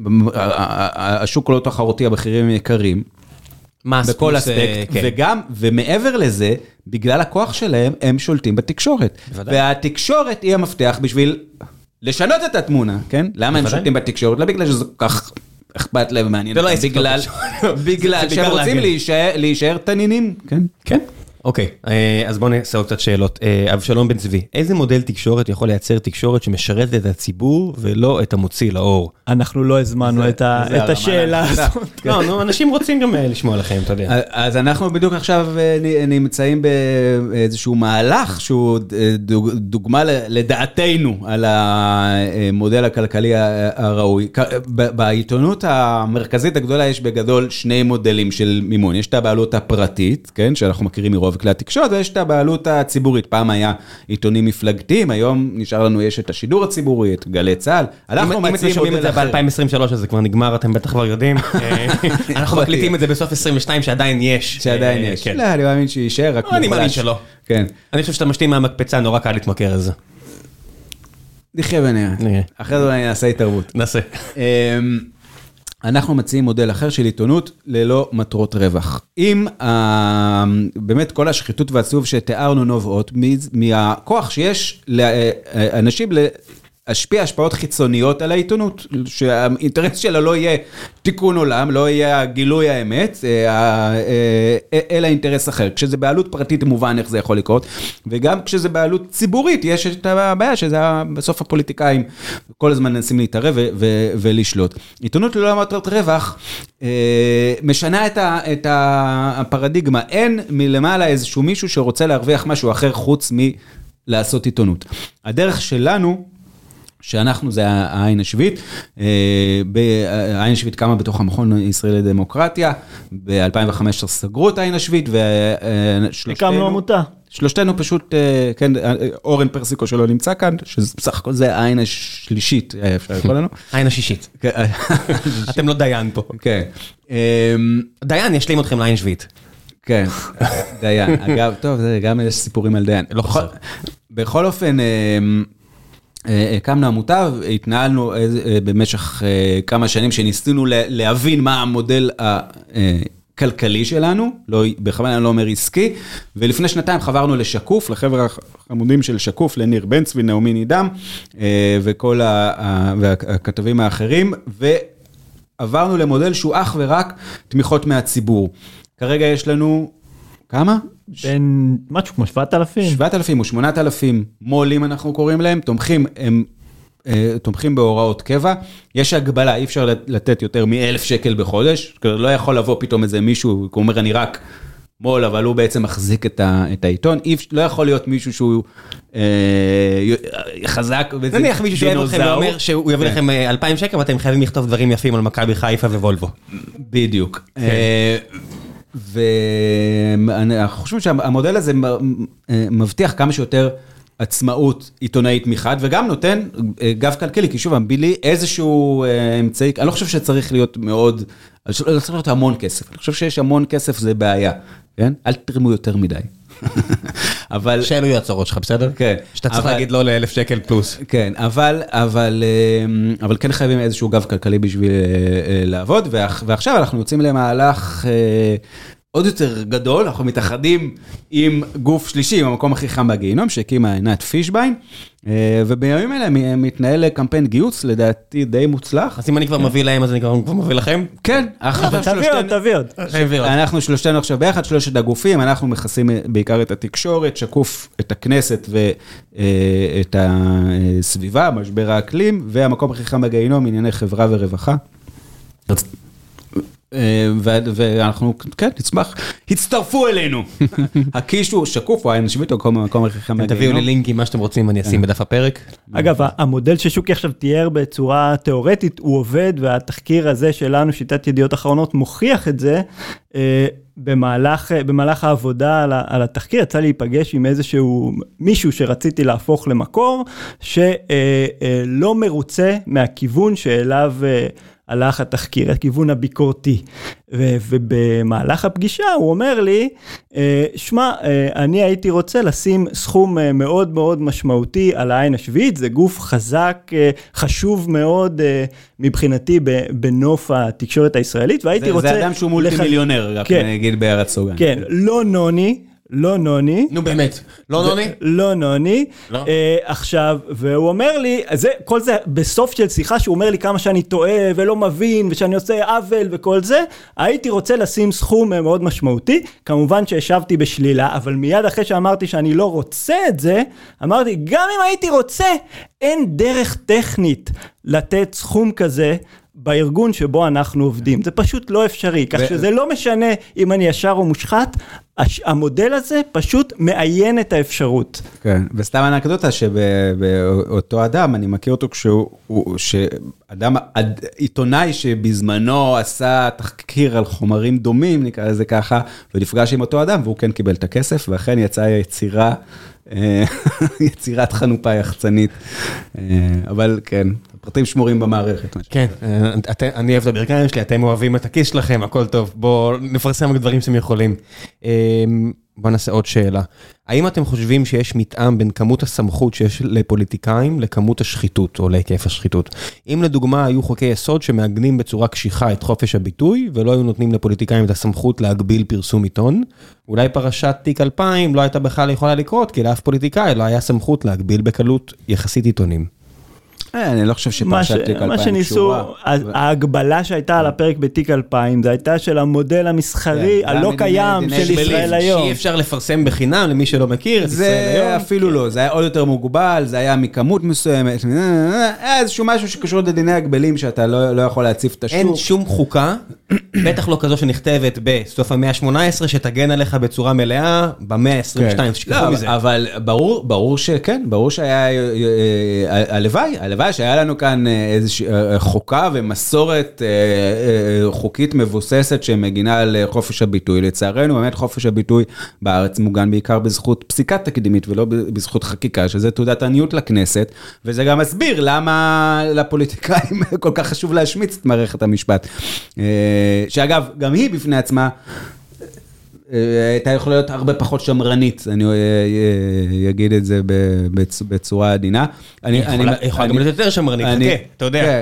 השוק לא תחרותי, המחירים הם יקרים, בכל אספקט, וגם, ומעבר לזה, בגלל הכוח שלהם, הם שולטים בתקשורת, והתקשורת היא המפתח בשביל לשנות את התמונה, כן? למה הם שולטים בתקשורת? לא בגלל שזה כל כך אכפת להם ומעניין, בגלל, בגלל שהם רוצים להישאר תנינים, כן? כן. אוקיי, אז בואו נעשה עוד קצת שאלות. אבשלום בן צבי, איזה מודל תקשורת יכול לייצר תקשורת שמשרת את הציבור ולא את המוציא לאור? אנחנו לא הזמנו את השאלה הזאת. לא, נו, אנשים רוצים גם לשמוע לכם, אתה יודע. אז אנחנו בדיוק עכשיו נמצאים באיזשהו מהלך שהוא דוגמה לדעתנו על המודל הכלכלי הראוי. בעיתונות המרכזית הגדולה יש בגדול שני מודלים של מימון. יש את הבעלות הפרטית, כן, שאנחנו מכירים מרוב וכלי התקשורת, ויש את הבעלות הציבורית. פעם היה עיתונים מפלגתיים, היום נשאר לנו, יש את השידור הציבורי, את גלי צה"ל. אם אתם שומעים את זה ב-אלפיים עשרים ושלוש, אז זה כבר נגמר, אתם בטח כבר יודעים. אנחנו מקליטים את זה בסוף עשרים ושתיים, שעדיין יש. שעדיין יש. לא, אני מאמין שישאר. אני מאמין שלא. כן. אני חושב שאתה משתים מהמקפצה, נורא קל להתמכר את זה. נחיה ונראה. אחרי זה אני נעשה התערבות. נעשה. אנחנו מציעים מודל אחר של עיתונות ללא מטרות רווח. אם באמת כל השחיתות והסיבוב שתיארנו נובעות מהכוח שיש לאנשים להשפיע השפעות חיצוניות על העיתונות, שהאינטרס שלה לא יהיה תיקון עולם, לא יהיה גילוי האמת, אלא אינטרס אחר. כשזה בעלות פרטית מובן איך זה יכול לקרות, וגם כשזה בעלות ציבורית, יש את הבעיה שזה בסוף הפוליטיקאים כל הזמן מנסים להתערב ולשלוט. עיתונות ללא מטרת רווח משנה את הפרדיגמה. אין מלמעלה איזשהו מישהו שרוצה להרוויח משהו אחר חוץ מלעשות עיתונות. הדרך שלנו, שאנחנו, זה העין השביעית, העין השביעית קמה בתוך המכון הישראלי לדמוקרטיה, ב-אלפיים וחמש עשרה סגרו את העין השביעית, הקמנו עמותה. שלושתנו פשוט, כן, אורן פרסיקו שלא נמצא כאן, שבסך הכל זה העין השלישית, אפשר לקרוא לנו. העין השישית. אתם לא דיין פה. כן. דיין, ישלים אתכם לעין שביעית. כן, דיין. אגב, טוב, גם יש סיפורים על דיין. לא חסר. בכל אופן, הקמנו עמותה, התנהלנו במשך כמה שנים שניסינו להבין מה המודל הכלכלי שלנו, בכוונה אני לא אומר עסקי, ולפני שנתיים חברנו לשקוף, לחבר החמודים של שקוף, לניר בן צבי, נעמי נידם, וכל הכתבים האחרים, ועברנו למודל שהוא אך ורק תמיכות מהציבור. כרגע יש לנו כמה? בין משהו כמו שבעת אלפים. שבעת אלפים או שמונת אלפים מולים אנחנו קוראים להם, תומכים הם תומכים בהוראות קבע, יש הגבלה, אי אפשר לתת יותר מאלף שקל בחודש, לא יכול לבוא פתאום איזה מישהו, הוא אומר אני רק מול, אבל הוא בעצם מחזיק את העיתון, לא יכול להיות מישהו שהוא חזק, נניח מישהו שאוהב אתכם ואומר שהוא יביא לכם אלפיים שקל, ואתם חייבים לכתוב דברים יפים על מכבי חיפה ווולבו. בדיוק. ואנחנו חושבים שהמודל הזה מבטיח כמה שיותר עצמאות עיתונאית מחד, וגם נותן גב כלכלי, כי שוב, בלי איזשהו אמצעי, אני לא חושב שצריך להיות מאוד, לא צריך להיות המון כסף, אני חושב שיש המון כסף, זה בעיה, כן? אל תרמו יותר מדי. אבל... שאלו יעצורות שלך, בסדר? כן. שאתה צריך להגיד לא לאלף שקל פלוס. כן, אבל, אבל, אבל כן חייבים איזשהו גב כלכלי בשביל לעבוד, ועכשיו אנחנו יוצאים למהלך עוד יותר גדול, אנחנו מתאחדים עם גוף שלישי, עם המקום הכי חם בגיהינום, שהקימה עינת פישביין, ובימים האלה מתנהל קמפיין גיוס, לדעתי די מוצלח. אז אם אני כבר מביא להם, אז אני כבר מביא לכם? כן. תביא עוד, תביא עוד. אנחנו שלושתנו עכשיו ביחד, שלושת הגופים, אנחנו מכסים בעיקר את התקשורת, שקוף את הכנסת ואת הסביבה, משבר האקלים, והמקום הכי חם בגיהינום, ענייני חברה ורווחה. ואנחנו, כן, נצמח, הצטרפו אלינו. הקישו, שקוף, או האנשים איתו, מקום הכי חם בגיהינום. תביאו לי לינקים, מה שאתם רוצים, אני אשים בדף הפרק. אגב, המודל ששוקי עכשיו תיאר בצורה תיאורטית, הוא עובד, והתחקיר הזה שלנו, שיטת ידיעות אחרונות, מוכיח את זה, במהלך, במהלך העבודה על, על התחקיר, יצא להיפגש עם איזשהו מישהו שרציתי להפוך למקור, שלא מרוצה מהכיוון שאליו הלך התחקיר, הכיוון הביקורתי. ו, ובמהלך הפגישה הוא אומר לי, שמה, אני הייתי רוצה לשים סכום מאוד מאוד משמעותי על העין השביעית, זה גוף חזק, חשוב מאוד מבחינתי בנוף התקשורת הישראלית, והייתי זה, רוצה... זה אדם שהוא מולטי מיליונר, רק כן, נגיד בארץ סוגן. כן, לא נוני, לא נוני. נו באמת, לא נוני? לא נוני. לא. עכשיו, והוא אומר לי, זה, כל זה בסוף של שיחה שהוא אומר לי כמה שאני טועה ולא מבין ושאני עושה עוול וכל זה, הייתי רוצה לשים סכום מאוד משמעותי, כמובן שהשבתי בשלילה, אבל מיד אחרי שאמרתי שאני לא רוצה את זה, אמרתי, גם אם הייתי רוצה, אין דרך טכנית לתת סכום כזה, בארגון שבו אנחנו עובדים. זה פשוט לא אפשרי, כך שזה לא משנה אם אני ישר או מושחת, המודל הזה פשוט מעיין את האפשרות. כן, וסתם אנקדוטה שבאותו אדם, אני מכיר אותו כשהוא, שאדם, עיתונאי שבזמנו עשה תחקיר על חומרים דומים, נקרא לזה ככה, ונפגש עם אותו אדם, והוא כן קיבל את הכסף, ואכן יצאה יצירה, יצירת חנופה יחצנית, אבל כן, הפרטים שמורים במערכת. כן, אני אוהב את הברכיים שלי, אתם אוהבים את הכיס שלכם, הכל טוב, בואו נפרסם את דברים שאתם יכולים. בואו נעשה עוד שאלה. האם אתם חושבים שיש מתאם בין כמות הסמכות שיש לפוליטיקאים לכמות השחיתות או להיקף השחיתות? אם לדוגמה היו חוקי יסוד שמעגנים בצורה קשיחה את חופש הביטוי, ולא היו נותנים לפוליטיקאים את הסמכות להגביל פרסום עיתון, אולי פרשת תיק אלפיים לא הייתה בכלל יכולה לקרות, כי לאף פוליטיקאי לא היה סמכות להגביל בקלות יחסית עיתונים. אני לא חושב שפרשת תיק אלפיים מה שניסו, ההגבלה שהייתה על הפרק בתיק אלפיים, זה הייתה של המודל המסחרי, הלא קיים של ישראל היום. שאי אפשר לפרסם בחינם למי שלא מכיר את ישראל היום. זה אפילו לא, זה היה עוד יותר מוגבל, זה היה מכמות מסוימת, איזשהו משהו שקשור לדיני הגבלים שאתה לא יכול להציף את השוק. אין שום חוקה, בטח לא כזו שנכתבת בסוף המאה ה-שמונה עשרה, שתגן עליך בצורה מלאה במאה ה-עשרים ושתיים, שכחו מזה. אבל ברור שכן, ברור שהיה הלוואי, הלוואי שהיה לנו כאן איזושהי חוקה ומסורת חוקית מבוססת שמגינה על חופש הביטוי. לצערנו, באמת חופש הביטוי בארץ מוגן בעיקר בזכות פסיקת תקדימית ולא בזכות חקיקה, שזה תעודת עניות לכנסת, וזה גם מסביר למה לפוליטיקאים כל כך חשוב להשמיץ את מערכת המשפט. שאגב, גם היא בפני עצמה, הייתה יכולה להיות הרבה פחות שמרנית, אני אגיד את זה בצורה עדינה. היא יכולה גם להיות יותר שמרנית, אתה יודע.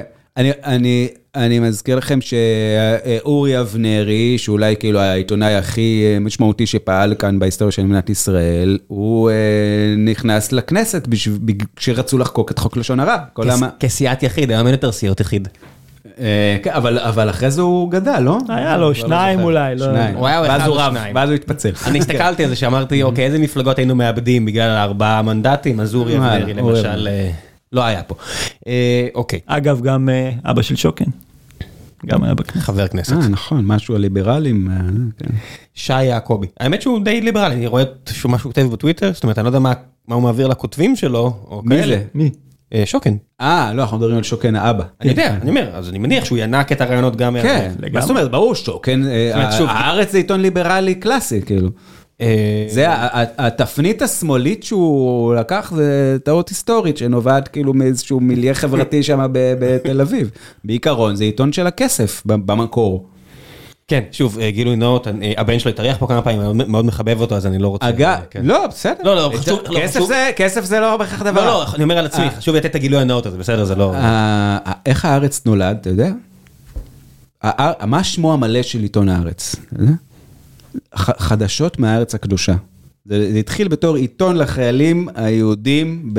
אני מזכיר לכם שאורי אבנרי, שאולי כאילו העיתונאי הכי משמעותי שפעל כאן בהיסטוריה של מדינת ישראל, הוא נכנס לכנסת כשרצו לחקוק את חוק לשון הרע. כסיעת יחיד, היה יותר סיעות יחיד. כן, אבל אחרי זה הוא גדל, לא? היה לו שניים אולי, שניים. ואז הוא התפצל. אני הסתכלתי על זה שאמרתי, אוקיי, איזה מפלגות היינו מאבדים בגלל ארבעה מנדטים, אז אורי אבנרי למשל. לא היה פה. אוקיי. אגב, גם אבא של שוקן. גם היה בכנסת. חבר כנסת. אה, נכון, משהו על ליברלים. שי יעקובי. האמת שהוא די ליברלי, אני רואה שהוא משהו כותב בטוויטר, זאת אומרת, אני לא יודע מה הוא מעביר לכותבים שלו, או מי כאלה. זה? מי? שוקן. אה, לא, אנחנו מדברים על שוקן האבא. אני יודע, אני אומר, אז אני מניח שהוא ינק את הרעיונות גם... כן, מה זאת אומרת, ברור שוקן, הארץ זה עיתון ליברלי קלאסי, כאילו. זה, התפנית השמאלית שהוא לקח, זה טעות היסטורית, שנובעת כאילו מאיזשהו מיליה חברתי שם בתל אביב. בעיקרון, זה עיתון של הכסף, במקור. כן, שוב, גילוי נאות, הבן שלו התארח פה כמה פעמים, אני מאוד מחבב אותו, אז אני לא רוצה... אגב, לא, בסדר. לא, לא, חשוב... כסף זה לא בכך דבר. לא, לא, אני אומר על עצמי, חשוב לתת את הגילוי הנאות הזה, בסדר, זה לא... איך הארץ נולד, אתה יודע? מה שמו המלא של עיתון הארץ? חדשות מהארץ הקדושה. זה התחיל בתור עיתון לחיילים היהודים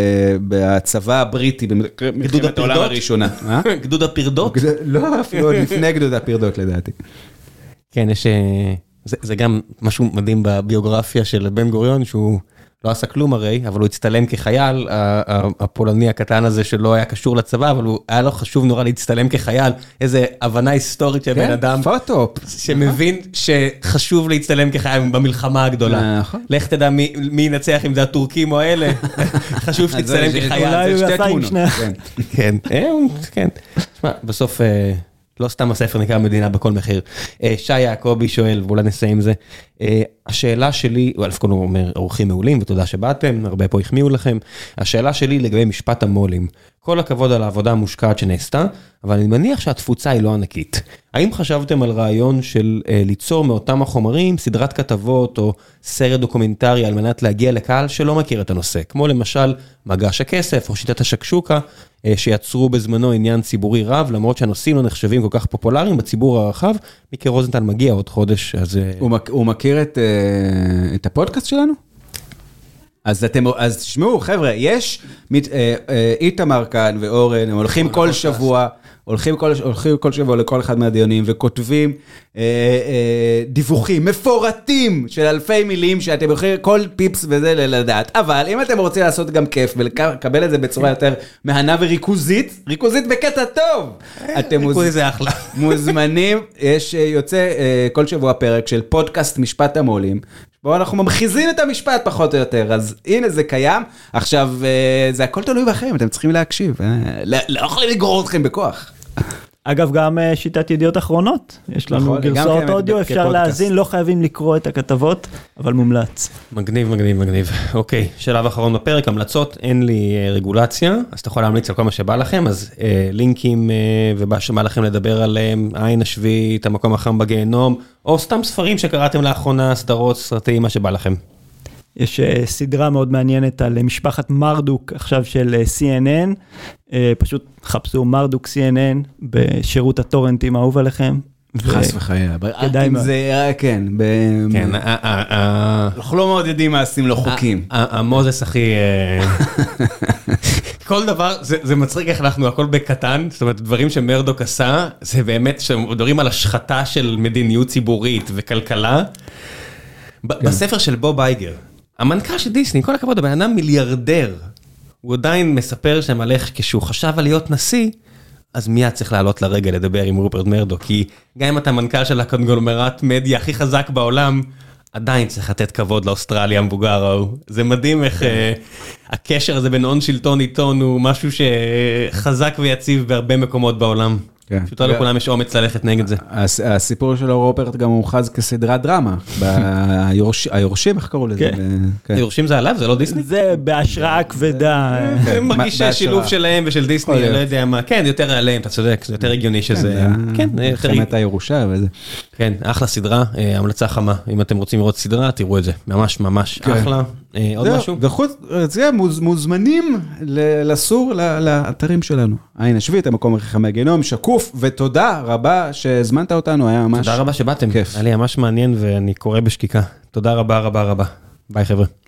בצבא הבריטי, במלחמת העולם הראשונה. גדוד הפרדות? לא, אפילו לפני גדוד הפרדות לדעתי. כן, יש... זה גם משהו מדהים בביוגרפיה של בן גוריון, שהוא לא עשה כלום הרי, אבל הוא הצטלם כחייל, הפולני הקטן הזה שלא היה קשור לצבא, אבל הוא היה לו חשוב נורא להצטלם כחייל, איזה הבנה היסטורית של בן אדם, שמבין שחשוב להצטלם כחייל במלחמה הגדולה. לך תדע מי ינצח אם זה הטורקים או אלה, חשוב שתצטלם כחייל. זה שתי תמונות. כן, כן. בסוף... לא סתם הספר נקרא מדינה בכל מחיר. שי יעקובי שואל, ואולי נסיים עם זה, השאלה שלי, אלף כל הוא אומר, אורחים מעולים, ותודה שבאתם, הרבה פה החמיאו לכם, השאלה שלי לגבי משפט המולים, כל הכבוד על העבודה המושקעת שנעשתה, אבל אני מניח שהתפוצה היא לא ענקית. האם חשבתם על רעיון של ליצור מאותם החומרים, סדרת כתבות או סרט דוקומנטרי על מנת להגיע לקהל שלא מכיר את הנושא, כמו למשל מגש הכסף או שיטת השקשוקה, שיצרו בזמנו עניין ציבורי רב, למרות שהנושאים לא נחשבים כל כך פופולריים בציבור הרחב, מיקי רוזנטל מגיע עוד חודש, אז... הוא מכיר את, את הפודקאסט שלנו? אז אתם, אז תשמעו, חבר'ה, יש איתמר כאן ואורן, הם הולכים כל שבוע, הולכים כל, הולכים כל שבוע לכל אחד מהדיונים, וכותבים אה, אה, דיווחים מפורטים של אלפי מילים, שאתם יכולים כל פיפס וזה לדעת. אבל אם אתם רוצים לעשות גם כיף, ולקבל את זה בצורה יותר מהנה וריכוזית, ריכוזית בקטע טוב, אתם ריכוזית זה אחלה. מוזמנים, יש יוצא אה, כל שבוע פרק של פודקאסט משפט המולים, בואו אנחנו ממחיזים את המשפט פחות או יותר, אז הנה זה קיים, עכשיו זה הכל תלוי בכם, אתם צריכים להקשיב, לא יכולים לגרור אתכם בכוח. אגב, גם שיטת ידיעות אחרונות, יש לנו גרסאות אודיו, אפשר להאזין, לא חייבים לקרוא את הכתבות, אבל מומלץ. מגניב, מגניב, מגניב. אוקיי, שלב אחרון בפרק, המלצות, אין לי רגולציה, אז אתה יכול להמליץ על כל מה שבא לכם, אז לינקים ובא שבא לכם לדבר עליהם, העין השביעית, המקום החם בגיהנום, או סתם ספרים שקראתם לאחרונה, סדרות, סרטים, מה שבא לכם. יש סדרה מאוד מעניינת על משפחת מרדוק, עכשיו של סי אן אן, פשוט חפשו מרדוק סי אן אן בשירות הטורנטים האהוב עליכם. חס וחיה, זה כן, אנחנו לא מאוד יודעים מה עושים לו חוקים. המוזס הכי... כל דבר, זה מצחיק איך אנחנו הכל בקטן, זאת אומרת, דברים שמרדוק עשה, זה באמת שמדברים על השחתה של מדיניות ציבורית וכלכלה. בספר של בוב אייגר, המנכ"ל של דיסני, כל הכבוד, הבן אדם מיליארדר, הוא עדיין מספר שם על איך כשהוא חשב על להיות נשיא, אז מיד צריך לעלות לרגע לדבר עם רופרט מרדוק, כי גם אם אתה מנכ"ל של הקונגלומרט מדיה הכי חזק בעולם, עדיין צריך לתת כבוד לאוסטרליה המבוגר ההוא. זה מדהים איך הקשר הזה בין הון שלטון עיתון הוא משהו שחזק ויציב בהרבה מקומות בעולם. פשוט לא לכולם יש אומץ ללכת נגד זה. הסיפור של רופרט גם הוכרז כסדרת דרמה, היורשים, איך קראו לזה? היורשים זה עליו, זה לא דיסני? זה בהשראה כבדה. מרגישי שילוב שלהם ושל דיסני, לא יודע מה, כן, יותר עליהם, אתה צודק, זה יותר הגיוני שזה... כן, חמת הירושה וזה. כן, אחלה סדרה, המלצה חמה, אם אתם רוצים לראות סדרה, תראו את זה, ממש ממש אחלה. עוד משהו? וחוץ, זה מוזמנים לסור לאתרים שלנו. העין השביעית, המקום הכי חם מהגיהנום, שקוף, ותודה רבה שהזמנת אותנו, היה ממש... תודה רבה שבאתם, היה לי ממש מעניין ואני קורא בשקיקה. תודה רבה רבה רבה. ביי חבר'ה.